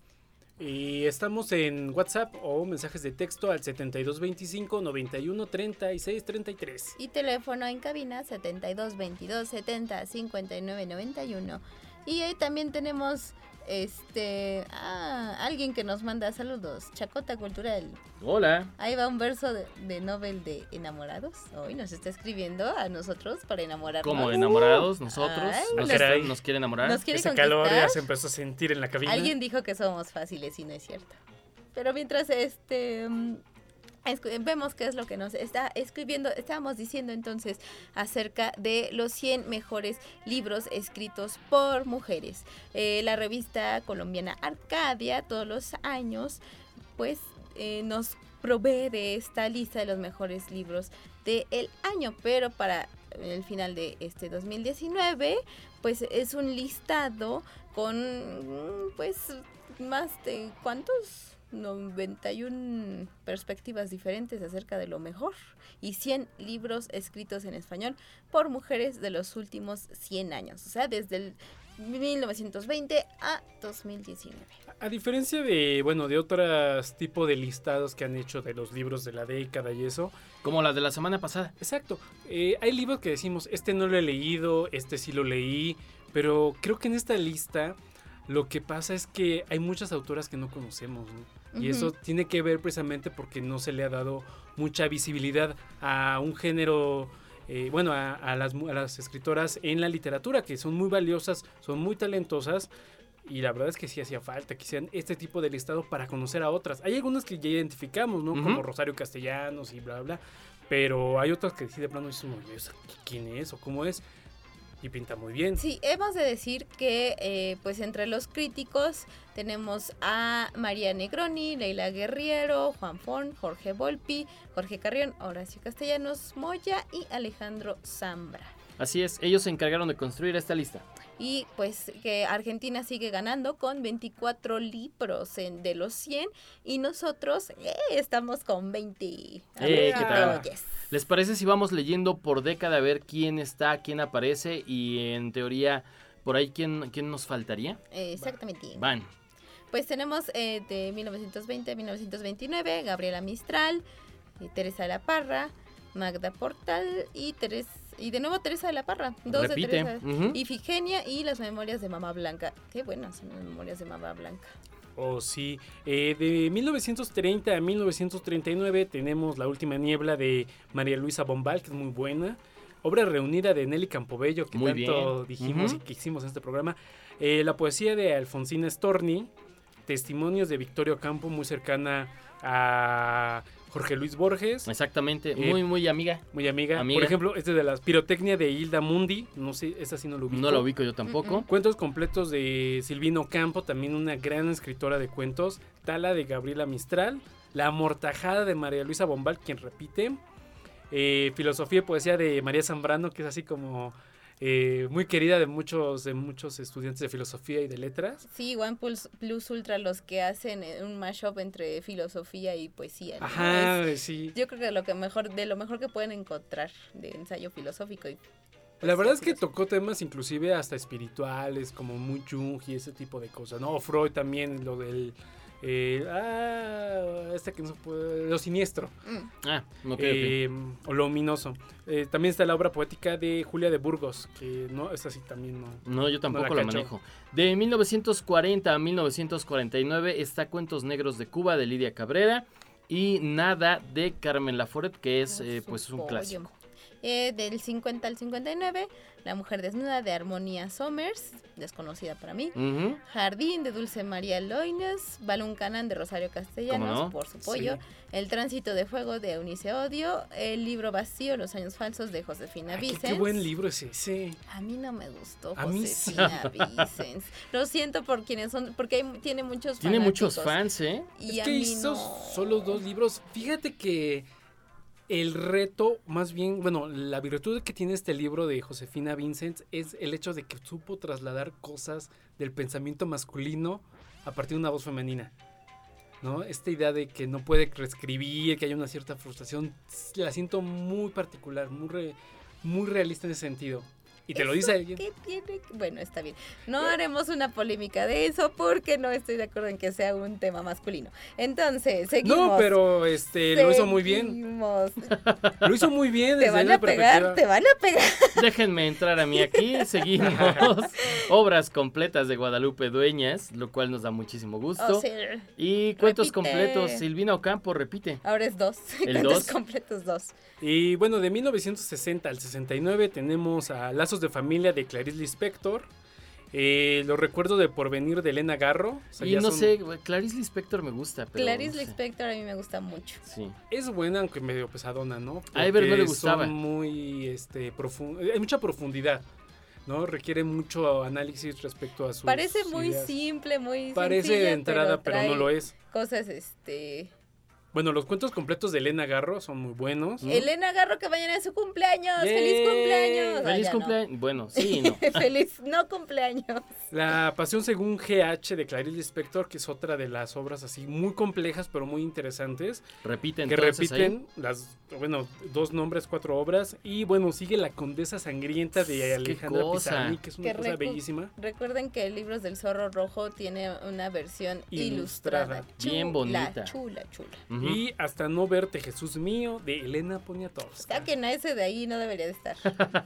Y estamos en WhatsApp o mensajes de texto al setenta y dos veinticinco noventa y uno treinta y seis treinta y tres. Y teléfono en cabina setenta y dos veintidós setenta cincuenta y nueve noventa y uno. Y ahí también tenemos este ah, alguien que nos manda saludos, Chacota Cultural. Hola. Ahí va un verso de, de Nobel de enamorados. Hoy nos está escribiendo a nosotros para enamorarnos. Como enamorados nosotros. Ay, nos, nos- quiere, nos quiere enamorar. Nos quiere Ese conquistar. calor ya se empezó a sentir en la cabina. Alguien dijo que somos fáciles y no es cierto. Pero mientras este mm, escu- vemos qué es lo que nos está escribiendo, estábamos diciendo entonces acerca de los cien mejores libros escritos por mujeres. Eh, la revista colombiana Arcadia todos los años pues eh, nos provee de esta lista de los mejores libros del año, pero para el final de este dos mil diecinueve pues es un listado con mm, pues más de ¿cuántos? noventa y una perspectivas diferentes acerca de lo mejor y cien libros escritos en español por mujeres de los últimos cien años, o sea, desde el mil novecientos veinte a dos mil diecinueve. A diferencia de, bueno, de otros tipos de listados que han hecho de los libros de la década y eso. Como la de la semana pasada. Exacto. Eh, hay libros que decimos, este no lo he leído, este sí lo leí, pero creo que en esta lista lo que pasa es que hay muchas autoras que no conocemos, ¿no? Y Ujú. eso tiene que ver precisamente porque no se le ha dado mucha visibilidad a un género, eh, bueno, a, a, las, mu- a las escritoras en la literatura, que son muy valiosas, son muy talentosas, y la verdad es que sí hacía falta que hicieran este tipo de listado para conocer a otras. Hay algunas que ya identificamos, ¿no? Ujú. Como Rosario Castellanos y bla, bla, pero hay otras que sí de plano dicen, oye, ¿esa ¿quién es o cómo es? Y pinta muy bien. Sí, hemos de decir que eh, pues entre los críticos tenemos a María Negroni, Leila Guerriero, Juan Fon, Jorge Volpi, Jorge Carrión, Horacio Castellanos Moya y Alejandro Zambra. Así es, ellos se encargaron de construir esta lista. Y pues que Argentina sigue ganando con veinticuatro libros en, de los cien y nosotros eh, estamos con veinte. A Eh, ver, ¿qué tal? oyes. ¿Les parece si vamos leyendo por década a ver quién está, quién aparece y en teoría por ahí quién, quién nos faltaría? Eh, exactamente. Van. Pues tenemos eh, de mil novecientos veinte a mil novecientos veintinueve, Gabriela Mistral, eh, Teresa de la Parra, Magda Portal y Teresa. Y de nuevo Teresa de la Parra, dos Repite. de Teresa, Uh-huh. Ifigenia y las memorias de Mamá Blanca. Qué buenas son las memorias de Mamá Blanca. Oh, sí. Eh, de mil novecientos treinta a mil novecientos treinta y nueve tenemos La última niebla de María Luisa Bombal, que es muy buena. Obra reunida de Nelly Campobello, que Muy tanto bien. dijimos Uh-huh. y que hicimos en este programa. Eh, la poesía de Alfonsina Storni. Testimonios de Victoria Ocampo, muy cercana a Jorge Luis Borges. Exactamente, Eh, muy, muy amiga. Muy amiga. Amiga. Por ejemplo, este de la pirotecnia de Hilda Mundi. No sé, esa sí no lo ubico. No la ubico yo tampoco. Mm-mm. Cuentos completos de Silvino Campo, también una gran escritora de cuentos. Tala de Gabriela Mistral. La amortajada de María Luisa Bombal, quien repite. Eh, filosofía y poesía de María Zambrano, que es así como eh, muy querida de muchos, de muchos estudiantes de filosofía y de letras. Sí, One Plus, Plus Ultra, los que hacen eh, un mashup entre filosofía y poesía, ¿no? Ajá, Es- sí. Yo creo que lo que mejor, de lo mejor que pueden encontrar de ensayo filosófico. Y La verdad es que tocó temas inclusive hasta espirituales, como muy Jung y ese tipo de cosas, ¿no? O Freud también, lo del... Eh, ah, este que no se puede... Lo siniestro. Mm. Ah, ok, Eh, o lo ominoso. Eh, también está la obra poética de Julia de Burgos, que no, esa sí también no. No, yo tampoco no la, cacho. manejo. De mil novecientos cuarenta a mil novecientos cuarenta y nueve está Cuentos Negros de Cuba de Lidia Cabrera y Nada de Carmen Laforet, que es eh, pues un pollo. clásico. Eh, del cincuenta al cincuenta y nueve, La mujer desnuda de Armonía Somers, desconocida para mí. Ujú. Jardín de Dulce María Loines, Balún Canán de Rosario Castellanos, ¿Cómo no? por su pollo. Sí. El tránsito de fuego de Eunice Odio, El libro vacío, Los años falsos de Josefina Ay, qué, Vicens. qué buen libro es ese. A mí no me gustó A mí sí. Josefina Vicens. Lo siento por quienes son, porque hay- tiene muchos Tiene muchos fanáticos. fans, ¿eh? Y es a que mí hizo no. solo dos libros. Fíjate que el reto, más bien, bueno, la virtud que tiene este libro de Josefina Vicens es el hecho de que supo trasladar cosas del pensamiento masculino a partir de una voz femenina, ¿no? Esta idea de que no puede reescribir, que hay una cierta frustración, la siento muy particular, muy, re- muy realista en ese sentido. Y te lo dice ¿Eso alguien. qué tiene? Bueno, está bien. No haremos una polémica de eso porque no estoy de acuerdo en que sea un tema masculino. Entonces, seguimos. No, pero este lo hizo muy bien. Seguimos. Lo hizo muy bien. Te desde van la a pegar, perspectiva. te van a pegar. Déjenme entrar a mí aquí. Seguimos. Obras completas de Guadalupe Dueñas, lo cual nos da muchísimo gusto. Oh, sí. Y cuentos Repite. completos. Silvina Ocampo repite. Ahora es dos. ¿El Cuentos dos? completos dos. Y bueno, de mil novecientos sesenta al sesenta y nueve tenemos a Lazos de Familia de Clarice Lispector, eh, Los recuerdos de porvenir de Elena Garro. O sea, Y ya no son- sé, Clarice Lispector me gusta, pero Clarice no sé. Lispector a mí me gusta mucho. Sí. Es buena, aunque medio pesadona, ¿no? A Ever no le Porque gustaba. Son muy, este, profun- hay mucha profundidad, ¿no? Requiere mucho análisis respecto a sus Parece muy ideas. simple, muy Parece sencilla, de entrada, pero, trae no lo es. Cosas, este... Bueno, los cuentos completos de Elena Garro son muy buenos. Elena Garro, que mañana es su cumpleaños. ¡Yay! ¡Feliz cumpleaños! Ah, Feliz ya no. cumpleaños. Bueno, sí, no. Feliz no cumpleaños. La Pasión según G H de Clarice Lispector, que es otra de las obras así muy complejas, pero muy interesantes. Repiten que entonces repiten las, bueno, dos nombres, cuatro obras. Y bueno, sigue La Condesa Sangrienta de Alejandra cosa. Pizarnik, que es una Que cosa recu- bellísima. Recuerden que el Libros del Zorro Rojo tiene una versión Ilustrada. ilustrada. Bien Chula, bonita. Chula, chula. Ujú. Y Hasta no verte, Jesús mío, de Elena Poniatowska. Saquen a ese de ahí, no debería de estar.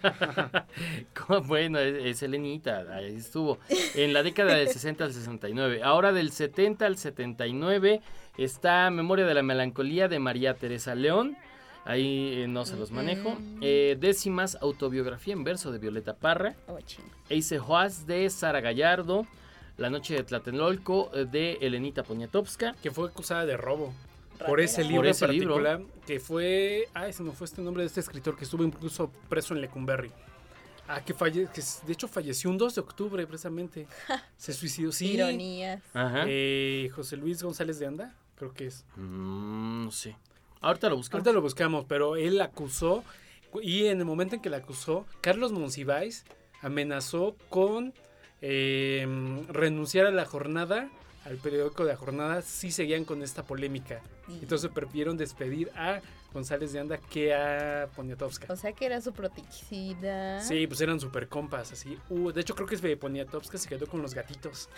Bueno, es, es Elenita, ahí estuvo. En la década del sesenta al sesenta y nueve. Ahora del setenta al setenta y nueve está Memoria de la Melancolía de María Teresa León. Ahí eh, no se los manejo. Mm. Eh, décimas, Autobiografía en verso de Violeta Parra. Oh, ching. Eise Joás de Sara Gallardo. La noche de Tlatelolco eh, de Elenita Poniatowska. Que fue acusada de robo. Por Ratera. ese Por libro ese en libro. particular, que fue... Ay, se me fue este nombre de este escritor que estuvo incluso preso en Lecumberri. Ah, que, falle, que de hecho falleció un dos de octubre, precisamente. Se suicidó, sí. Ironías. Ajá. Eh, José Luis González de Anda, creo que es. Mm, no sé. Ahorita lo buscamos. Ahorita lo buscamos, pero él acusó, y en el momento en que la acusó, Carlos Monsiváis amenazó con eh, renunciar a la jornada al periódico de La Jornada, sí seguían con esta polémica. Sí. Entonces prefirieron despedir a González de Anda que a Poniatowska. O sea que era su protegida. Sí, pues eran super compas, así. Uh, de hecho, creo que es de Poniatowska se quedó con los gatitos.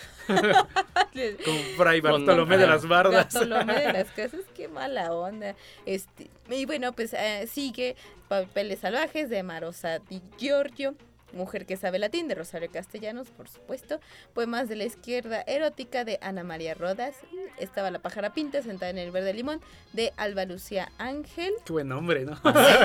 Con Fray Bartolomé de las Bardas. Bartolomé de las Casas, qué mala onda. Este, y bueno, pues eh, sigue Papeles Salvajes de Marosa Di Giorgio. Mujer que sabe latín, de Rosario Castellanos, por supuesto. Poemas de la izquierda erótica, de Ana María Rodas. Estaba La pájara pinta, sentada en el verde limón, de Alba Lucía Ángel. Qué buen nombre, ¿no?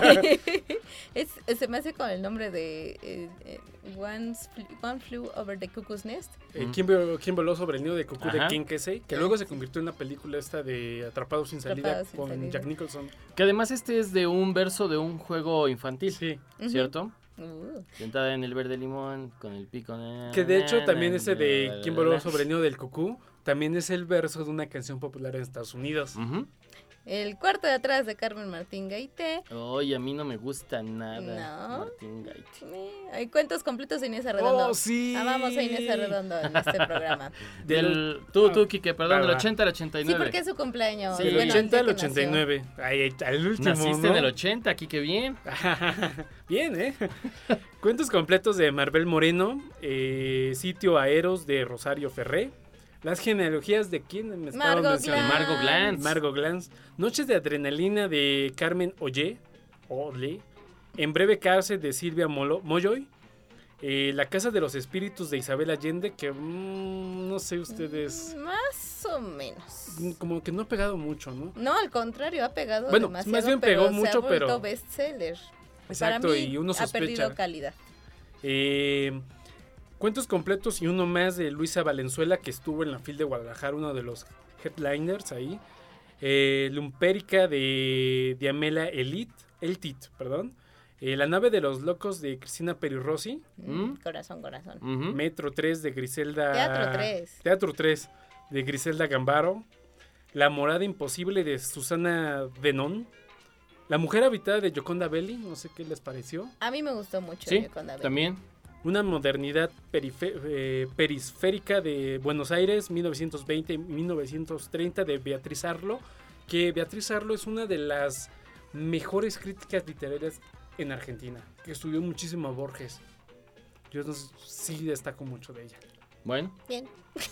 es, se me hace con el nombre de eh, eh, One, One Flew Over the Cuckoo's Nest. Eh, ¿quién, ¿Quién voló sobre el nido de cucú Ajá. de Ken Kesey? Que luego se convirtió en una película esta de Atrapados sin salida Atrapados sin con salida. Jack Nicholson. Que además este es de un verso de un juego infantil, Sí. ¿cierto? Uh. Sentada en el verde limón, con el pico. Na, Que de hecho na, también na, ese na, de la, ¿Quién la, voló la. sobre el nido del cucú? También es el verso de una canción popular en Estados Unidos. Ujú. El cuarto de atrás, de Carmen Martín Gaité. Oye, a mí no me gusta nada. No. Martín Gaite. Eh, Hay cuentos completos de Inés Arredondo. ¡Oh, sí! Amamos a Inés Arredondo en este programa. Del, tú, tú, Quique, perdón, Va, del va. ochenta al ochenta y Sí, nueve. porque es su cumpleaños. Sí. Del Bueno, ochenta al antes que ochenta y nueve. Ay, al último, Naciste ¿no? en el ochenta, Quique, bien. Bien, ¿eh? Cuentos completos de Marbel Moreno. Eh, Sitio Aeros de Rosario Ferré. Las genealogías de quién me estaba Margot mencionando. Glantz. Margot Glantz. Margot Glantz. Noches de adrenalina de Carmen Ollé. Ole. En breve cárcel de Silvia Molo, Moyoy. Eh, La casa de los espíritus de Isabel Allende, que mmm, no sé ustedes, Más o menos. como que no ha pegado mucho, ¿no? No, al contrario, ha pegado Bueno, demasiado, más bien pero pegó se mucho, ha vuelto pero- bestseller. Exacto, Para mí, y uno ha perdido sospecha. calidad. Eh, cuentos completos y uno más de Luisa Valenzuela, que estuvo en la FIL de Guadalajara, uno de los headliners ahí. Eh, Lumpérica de Diamela Elit, Eltit, perdón. Eh, La nave de los locos de Cristina Perirossi. Mm, Corazón, corazón. Ujú. Metro tres de Griselda... Teatro tres. Teatro tres de Griselda Gambaro. La morada imposible de Susana Denón. La mujer habitada de Gioconda Belli, no sé qué les pareció. A mí me gustó mucho. Sí, Gioconda Belli. también. Una modernidad perife- eh, perisférica de Buenos Aires, mil novecientos veinte y mil novecientos treinta, de Beatriz Arlo, que Beatriz Arlo es una de las mejores críticas literarias en Argentina, que estudió muchísimo a Borges. Yo no sé, sí destaco mucho de ella. Bueno. Bien.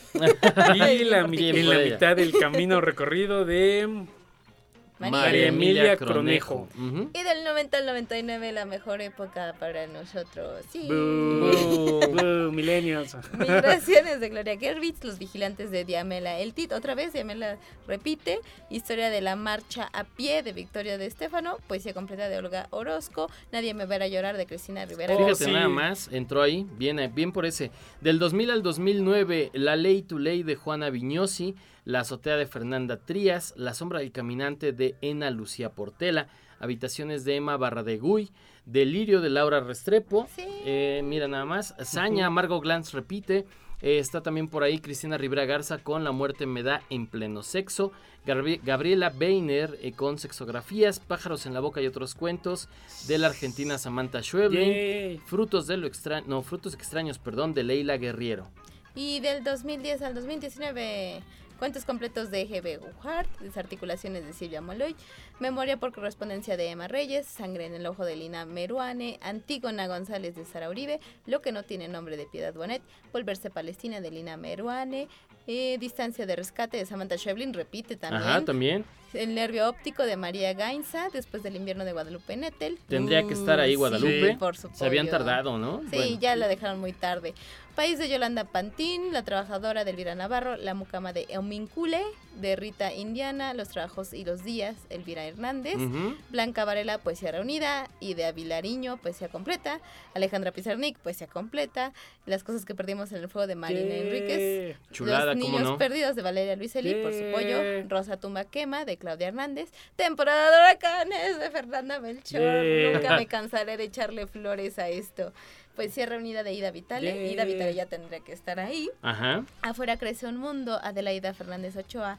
Y la, mi- Bien en por la ella. mitad del camino recorrido de María María Emilia Cronejo. Ujú. Y del noventa al noventa y nueve, la mejor época para nosotros. Sí. Boo, boo, millennials. Migraciones de Gloria Gervitz, Los vigilantes de Diamela Eltit. Otra vez, Diamela repite. Historia de la marcha a pie de Victoria de Estéfano. Poesía completa de Olga Orozco. Nadie me verá llorar de Cristina Rivera. Oh, Fíjate sí. nada más, entró ahí, bien, bien por ese. Del dos mil al dos mil nueve, La ley tu ley de Juana Viñosi, La azotea de Fernanda Trías, La sombra del caminante de Ena Lucía Portela, Habitaciones de Emma Barradeguy, Delirio de Laura Restrepo, Sí. eh, mira nada más, Saña, Margot Glantz repite, eh, está también por ahí Cristina Rivera Garza con La muerte me da en pleno sexo, Gabri- Gabriela Beiner eh, con Sexografías, Pájaros en la boca y otros cuentos, de la argentina Samantha Schweblin, Yay. Frutos de lo extraño, no, Frutos extraños, perdón, de Leila Guerriero. Y del dos mil diez al dos mil diecinueve, cuentos completos de G B Guhart, Desarticulaciones de Silvia Moloy, Memoria por correspondencia de Emma Reyes, Sangre en el ojo de Lina Meruane, Antígona González de Sara Uribe, Lo que no tiene nombre de Piedad Bonet, Volverse Palestina de Lina Meruane, eh, Distancia de rescate de Samantha Schweblin, repite también. Ajá, también. El nervio óptico de María Gainza, Después del invierno de Guadalupe Nettel. Tendría que estar ahí Uh, Guadalupe. sí, por supuesto. Se habían tardado, ¿no? Sí, Bueno. ya la dejaron muy tarde. País de Yolanda Pantín, La trabajadora de Elvira Navarro, La mucama de Eumincule, de Rita Indiana, Los trabajos y los días, Elvira Hernández, Ujú. Blanca Varela, Poesía reunida, Idea Vilariño, Poesía completa, Alejandra Pizarnik, Poesía completa, Las cosas que perdimos en el fuego de Marina Yeah. Enríquez, Chulada, Los ¿cómo niños no? perdidos de Valeria Luiselli, por su Yeah. pollo, Rosa Tumba Quema, de Claudia Hernández, Temporada de huracanes, de Fernanda Melchor. Yeah. Nunca me cansaré de echarle flores a esto. Poesía reunida de Ida Vitale. Yeah. Ida Vitale ya tendría que estar ahí. Ajá. Afuera crece un mundo, Adelaida Fernández Ochoa.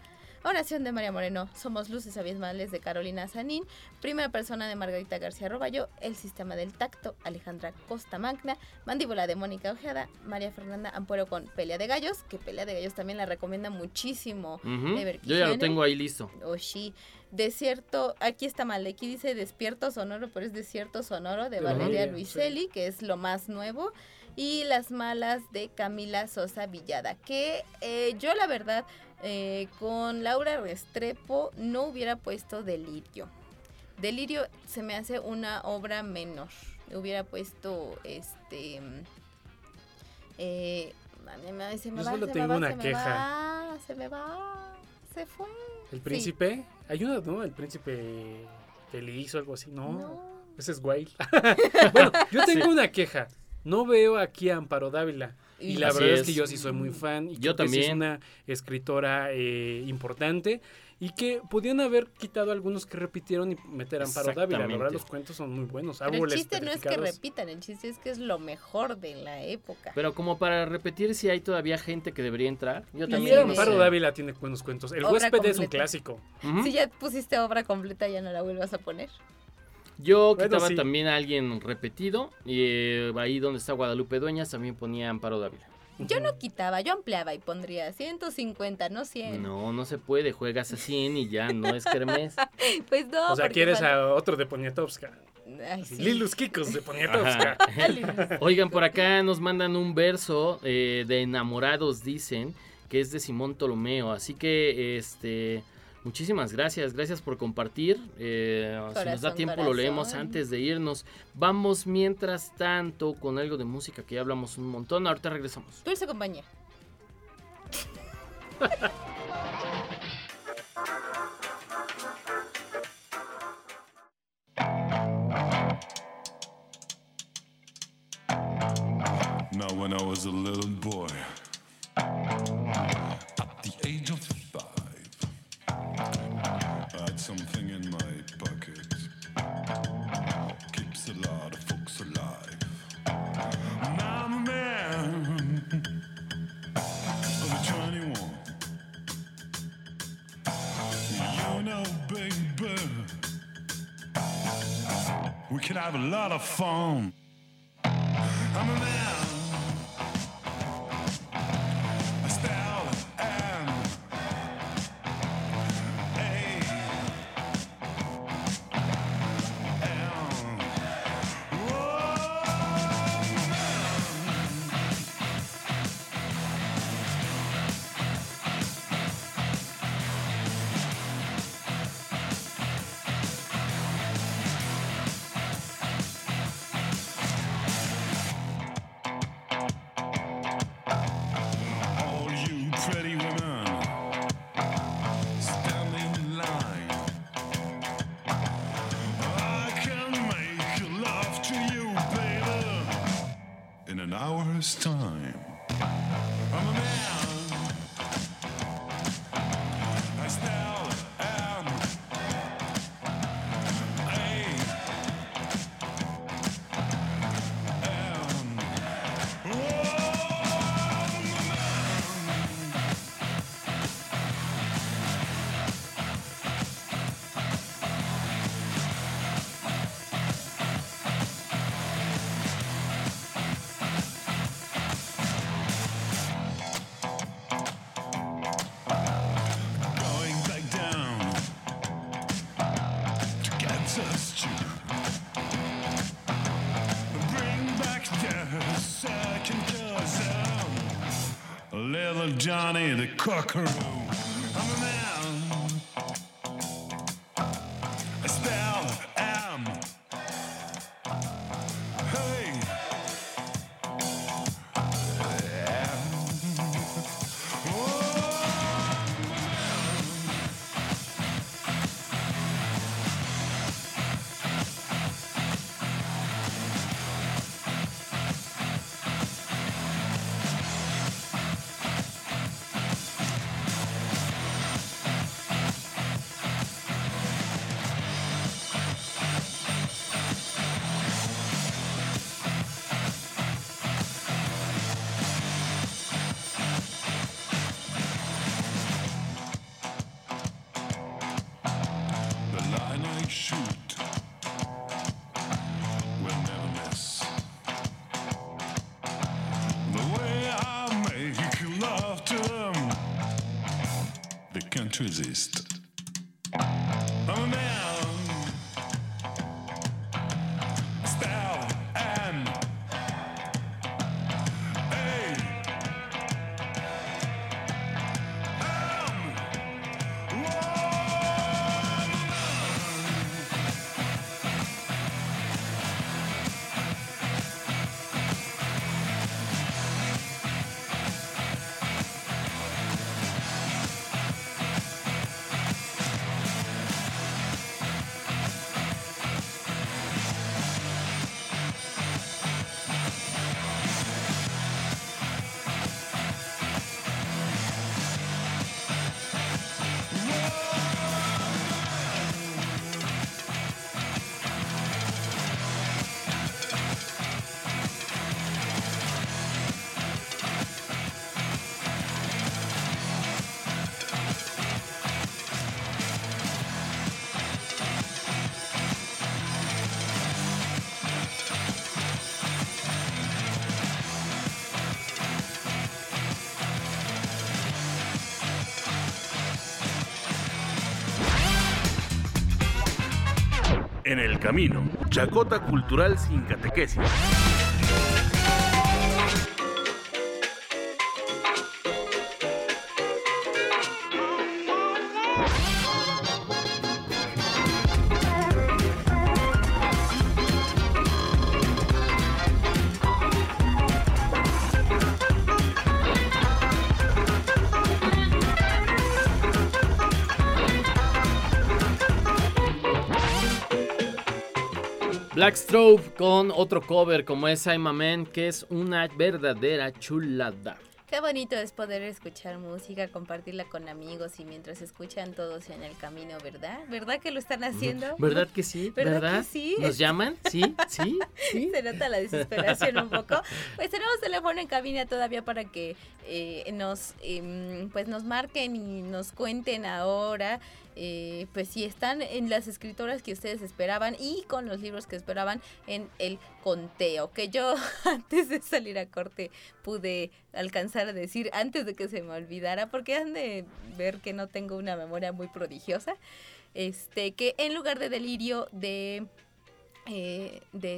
Oración de María Moreno, Somos luces abismales de Carolina Sanín, Primera persona de Margarita García Roballo, El sistema del tacto, Alejandra Costa Magna, Mandíbula de Mónica Ojeda, María Fernanda Ampuero con Pelea de Gallos, que Pelea de Gallos también la recomienda muchísimo. Uh-huh. Yo ya lo tengo ahí listo. Oh, sí. Desierto, aquí está mal, aquí dice Despierto Sonoro, pero es Desierto Sonoro de Valeria Luiselli, sí. que es lo más nuevo. Y Las malas de Camila Sosa Villada, que eh, yo la verdad eh, con Laura Restrepo no hubiera puesto Delirio. Delirio se me hace una obra menor. Hubiera puesto este... Eh, se me yo va, solo se tengo me va, una se queja. Me va, se me va, se fue. ¿El príncipe? Sí. Ayuda, ¿no? El príncipe feliz o algo así, ¿no? No. Ese es Wild. Bueno, yo tengo sí. una queja. No veo aquí a Amparo Dávila. Y, y la verdad es. es que yo sí soy muy fan. Y yo también. Sí es una escritora eh, importante. Y que podían haber quitado algunos que repitieron y meter a Amparo Dávila. La verdad, los cuentos son muy buenos. Pero el chiste no es que repitan, el chiste es que es lo mejor de la época. Pero como para repetir, si hay todavía gente que debería entrar. Yo también. También Amparo sé. Dávila tiene buenos cuentos. El obra huésped completa. Es un clásico. Uh-huh. Si ya pusiste obra completa, ya no la vuelvas a poner. Yo quitaba bueno, sí. también a alguien repetido. Y eh, ahí donde está Guadalupe Dueñas también ponía Amparo Dávila. Yo no quitaba, yo ampliaba y pondría ciento cincuenta, no cien. No, no se puede, juegas a cien y ya, no es kermés. Pues no. O sea, quieres para... a otro de Poniatowska. Ay, sí. Lilus Kikos de Poniatowska. Oigan, por acá nos mandan un verso eh, de Enamorados, dicen, que es de Simón Ptolomeo. Así que, este... muchísimas gracias, gracias por compartir. Eh, corazón, si nos da tiempo corazón. Lo leemos antes de irnos. Vamos mientras tanto con algo de música que ya hablamos un montón. Ahorita regresamos. Dulce compañía. Now when I was a little boy, at the age of I had something in my pocket, keeps a lot of folks alive. Now I'm a man of twenty-one. You know, baby, we can have a lot of fun. I'm a man. Time. I'm a man. I still am. I am. Johnny the Cockeroo. I'm a man. I still am. Hey. and I shoot. We'll never miss. The way I make love to them, they can't resist. I'm a man, style and A. En el camino, Chacota Cultural sin catequesis. Black Strobe con otro cover como es I'm a Man, que es una verdadera chulada. Qué bonito es poder escuchar música, compartirla con amigos y mientras escuchan todos en el camino, ¿verdad? ¿Verdad que lo están haciendo? ¿Verdad que sí? ¿Verdad, ¿Verdad? que sí? ¿Nos llaman? ¿Sí? ¿Sí? ¿Sí? Se nota la desesperación un poco. Pues tenemos teléfono en cabina todavía para que eh, nos, eh, pues nos marquen y nos cuenten ahora. Eh, pues si están en las escritoras que ustedes esperaban y con los libros que esperaban en el conteo, que yo antes de salir a corte pude alcanzar a decir antes de que se me olvidara, porque han de ver que no tengo una memoria muy prodigiosa, este que en lugar de Delirio de eh, de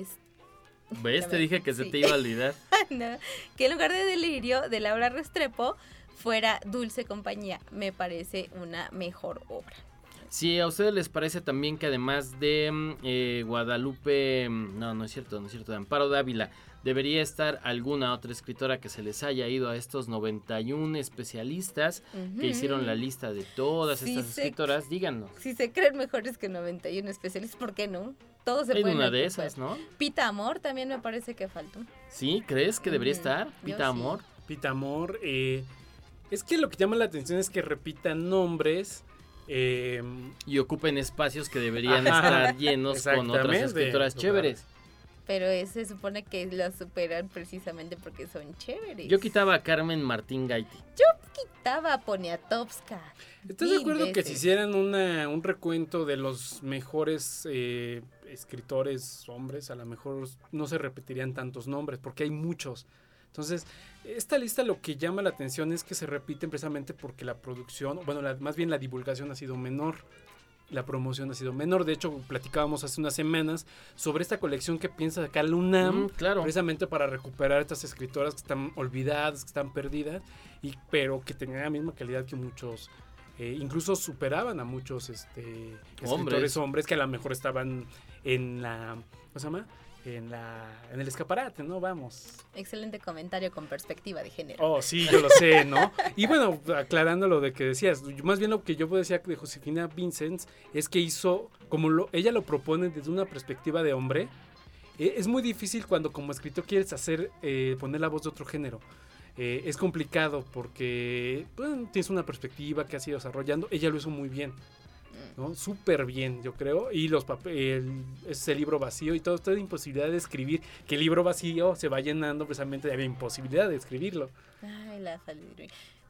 ¿Ves? Te dije que sí. se te iba a olvidar. No, que en lugar de Delirio de Laura Restrepo fuera Dulce Compañía. Me parece una mejor obra. Si a ustedes les parece también que además de eh, Guadalupe, no, no es cierto, no es cierto, de Amparo Dávila, debería estar alguna otra escritora que se les haya ido a estos noventa y uno especialistas uh-huh. que hicieron la lista de todas si estas se, escritoras, díganos. Si se creen mejores que noventa y uno especialistas, ¿por qué no? Todos se Hay pueden una ocupar. de esas, ¿no? Pita Amor también me parece que faltó. ¿Sí? ¿Crees que debería uh-huh. estar? Pita Yo Amor. Sí. Pita Amor, eh, es que lo que llama la atención es que repitan nombres. Eh, y ocupen espacios que deberían estar llenos con otras escritoras chéveres. Pero es, se supone que las superan precisamente porque son chéveres. Yo quitaba a Carmen Martín Gaiti. Yo quitaba a Poniatowska. ¿Estás de acuerdo que si hicieran una, un recuento de los mejores eh, escritores hombres, a lo mejor no se repetirían tantos nombres porque hay muchos? Entonces, esta lista lo que llama la atención es que se repiten precisamente porque la producción, bueno, la, más bien la divulgación ha sido menor, la promoción ha sido menor. De hecho, platicábamos hace unas semanas sobre esta colección que piensa sacar la UNAM, mm, claro. precisamente para recuperar estas escritoras que están olvidadas, que están perdidas, y pero que tenían la misma calidad que muchos, eh, incluso superaban a muchos este, escritores hombres. hombres que a lo mejor estaban en la, ¿cómo se llama? En, la, en el escaparate, ¿no? Vamos. Excelente comentario con perspectiva de género. Oh, sí, yo lo sé, ¿no? Y bueno, aclarando lo de que decías, más bien lo que yo decía de Josefina Vicens es que hizo, como lo, ella lo propone desde una perspectiva de hombre, eh, es muy difícil cuando como escritor quieres hacer, eh, poner la voz de otro género. Eh, es complicado porque bueno, tienes una perspectiva que has ido desarrollando, ella lo hizo muy bien. ¿No? Súper bien, yo creo. Y los papeles, ese libro vacío y todo, toda imposibilidad de escribir. Que el libro vacío se va llenando precisamente de la imposibilidad de escribirlo. Ay, la salud.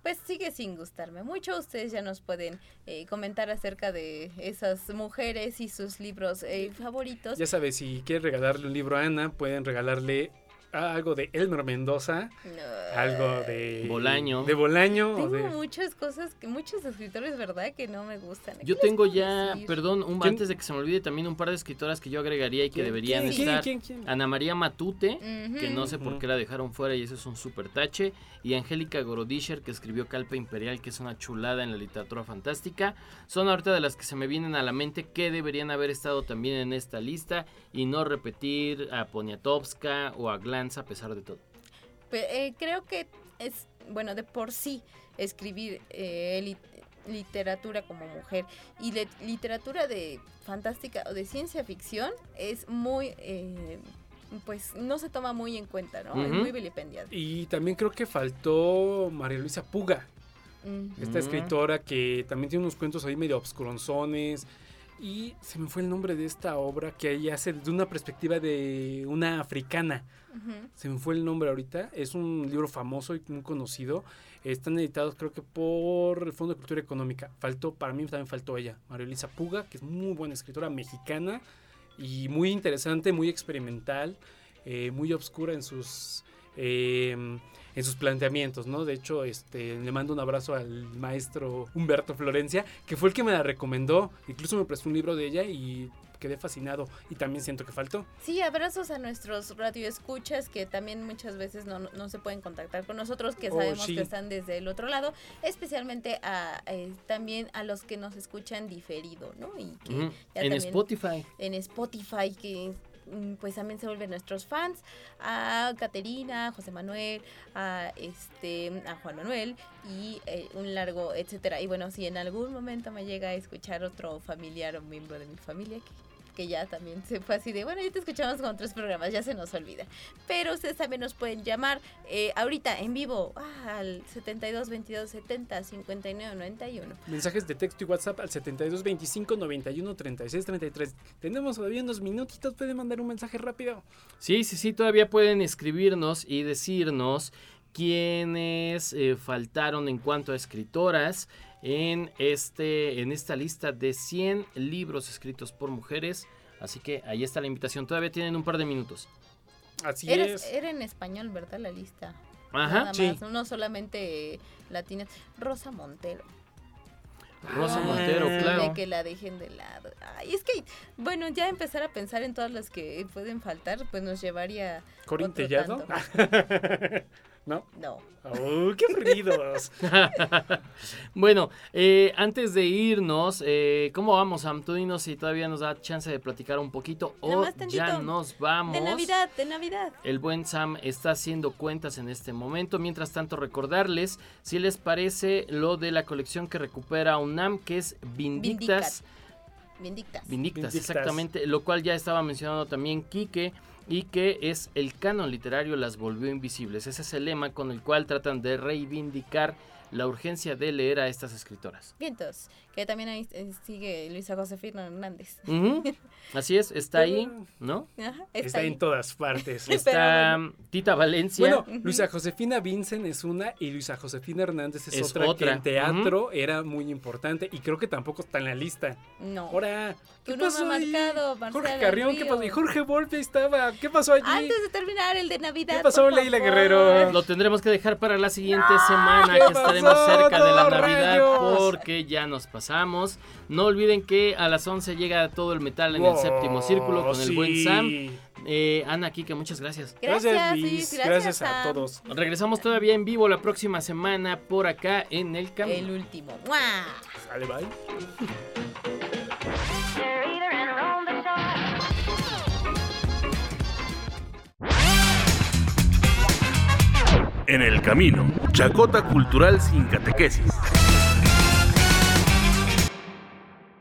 pues sigue sin gustarme mucho. Ustedes ya nos pueden eh, comentar acerca de esas mujeres y sus libros eh, favoritos. Ya sabes, si quieren regalarle un libro a Ana, pueden regalarle algo de Elmer Mendoza, no. algo de Bolaño, de Bolaño. Tengo de... muchas cosas, que muchos escritores, ¿verdad?, que no me gustan. Yo tengo ya, decir? perdón, un, antes de que se me olvide, también un par de escritoras que yo agregaría y que ¿Quién? deberían ¿Quién? estar. ¿Quién? ¿Quién? ¿Quién? Ana María Matute, uh-huh. que no sé por uh-huh. qué la dejaron fuera y eso es un super tache, y Angélica Gorodischer, que escribió Calpa Imperial, que es una chulada en la literatura fantástica. Son ahorita de las que se me vienen a la mente que deberían haber estado también en esta lista y no repetir a Poniatowska o a Glantz a pesar de todo. Pues, eh, creo que es, bueno, de por sí escribir eh, lit, literatura como mujer y le, literatura de fantástica o de ciencia ficción es muy, eh, pues no se toma muy en cuenta, ¿no? Uh-huh. Es muy vilipendiado. Y también creo que faltó María Luisa Puga, uh-huh. esta escritora que también tiene unos cuentos ahí medio obscuronzones. Y se me fue el nombre de esta obra que ella hace desde una perspectiva de una africana. Uh-huh. Se me fue el nombre ahorita. Es un libro famoso y muy conocido. Están editados creo que por el Fondo de Cultura Económica. Faltó, para mí también faltó ella, María Luisa Puga, que es muy buena escritora mexicana y muy interesante, muy experimental, eh, muy obscura en sus... Eh, en sus planteamientos, ¿no? De hecho, este, le mando un abrazo al maestro Humberto Florencia, que fue el que me la recomendó. Incluso me prestó un libro de ella y quedé fascinado. Y también siento que faltó. Sí, abrazos a nuestros radioescuchas que también muchas veces no, no se pueden contactar con nosotros, que sabemos oh, sí. que están desde el otro lado. Especialmente a eh, también a los que nos escuchan diferido, ¿no? Y que mm, ya en también, Spotify. En Spotify, que... pues también se vuelven nuestros fans, a Caterina, a José Manuel, a este a Juan Manuel y eh, un largo etcétera. Y bueno, si en algún momento me llega a escuchar otro familiar o miembro de mi familia que, que ya también se fue así de, bueno, ya te escuchamos con otros programas, ya se nos olvida. Pero ustedes también nos pueden llamar eh, ahorita en vivo ah, al setenta y dos veintidós setenta cincuenta y nueve noventa y uno. Mensajes de texto y WhatsApp al setenta y dos veinticinco noventa y uno treinta y seis treinta y tres. Tenemos todavía unos minutitos, pueden mandar un mensaje rápido. Sí, sí, sí, todavía pueden escribirnos y decirnos quiénes eh, faltaron en cuanto a escritoras en este en esta lista de cien libros escritos por mujeres. Así que ahí está la invitación. Todavía tienen un par de minutos. Así era, es. Era en español, ¿verdad? La lista. Ajá, Nada sí. más, no solamente eh, latinas. Rosa Montero. Rosa ah, Montero, claro. De que la dejen de lado. Ay, es que, bueno, ya empezar a pensar en todas las que pueden faltar, pues nos llevaría... ¿Corín Tellado? ¿No? No. ¡Oh, qué aburridos! Bueno, eh, antes de irnos, eh, ¿cómo vamos, Sam? Tú dinos si todavía nos da chance de platicar un poquito o ya nos vamos. De Navidad, de Navidad. El buen Sam está haciendo cuentas en este momento. Mientras tanto, recordarles, si les parece, lo de la colección que recupera UNAM, que es Vindictas. Vindictas. Vindictas. Vindictas, exactamente, lo cual ya estaba mencionando también Quique, y que es el canon literario las volvió invisibles. Ese es el lema con el cual tratan de reivindicar la urgencia de leer a estas escritoras. Vientos, que también ahí sigue Luisa Josefina Hernández. Uh-huh. Así es, está ahí, ¿no? Ajá, está está ahí. En todas partes. Está bueno. Tita Valencia. Bueno, uh-huh. Luisa Josefina Vincent es una y Luisa Josefina Hernández es, es otra, otra que en teatro uh-huh. era muy importante y creo que tampoco está en la lista. No. Ahora, ¿qué Tú pasó no me ha marcado, Marcelo Jorge Carrión, ¿qué pasó? Y Jorge Volpe estaba, ¿qué pasó allí? Antes de terminar el de Navidad. ¿Qué pasó, Leila Guerrero? Lo tendremos que dejar para la siguiente ¡Ah! semana, que pasó? estaremos cerca de la ¡No, Navidad rayos! Porque ya nos pasamos. No olviden que a las once llega todo el metal en wow, el séptimo círculo con el sí. buen Sam. Eh, Ana, Kike, muchas gracias. Gracias, gracias, Liz, sí, gracias, gracias a todos. Regresamos todavía en vivo la próxima semana por acá en El Camino. El último. ¡Mua! Sale, bye. En El Camino, Chacota Cultural sin catequesis.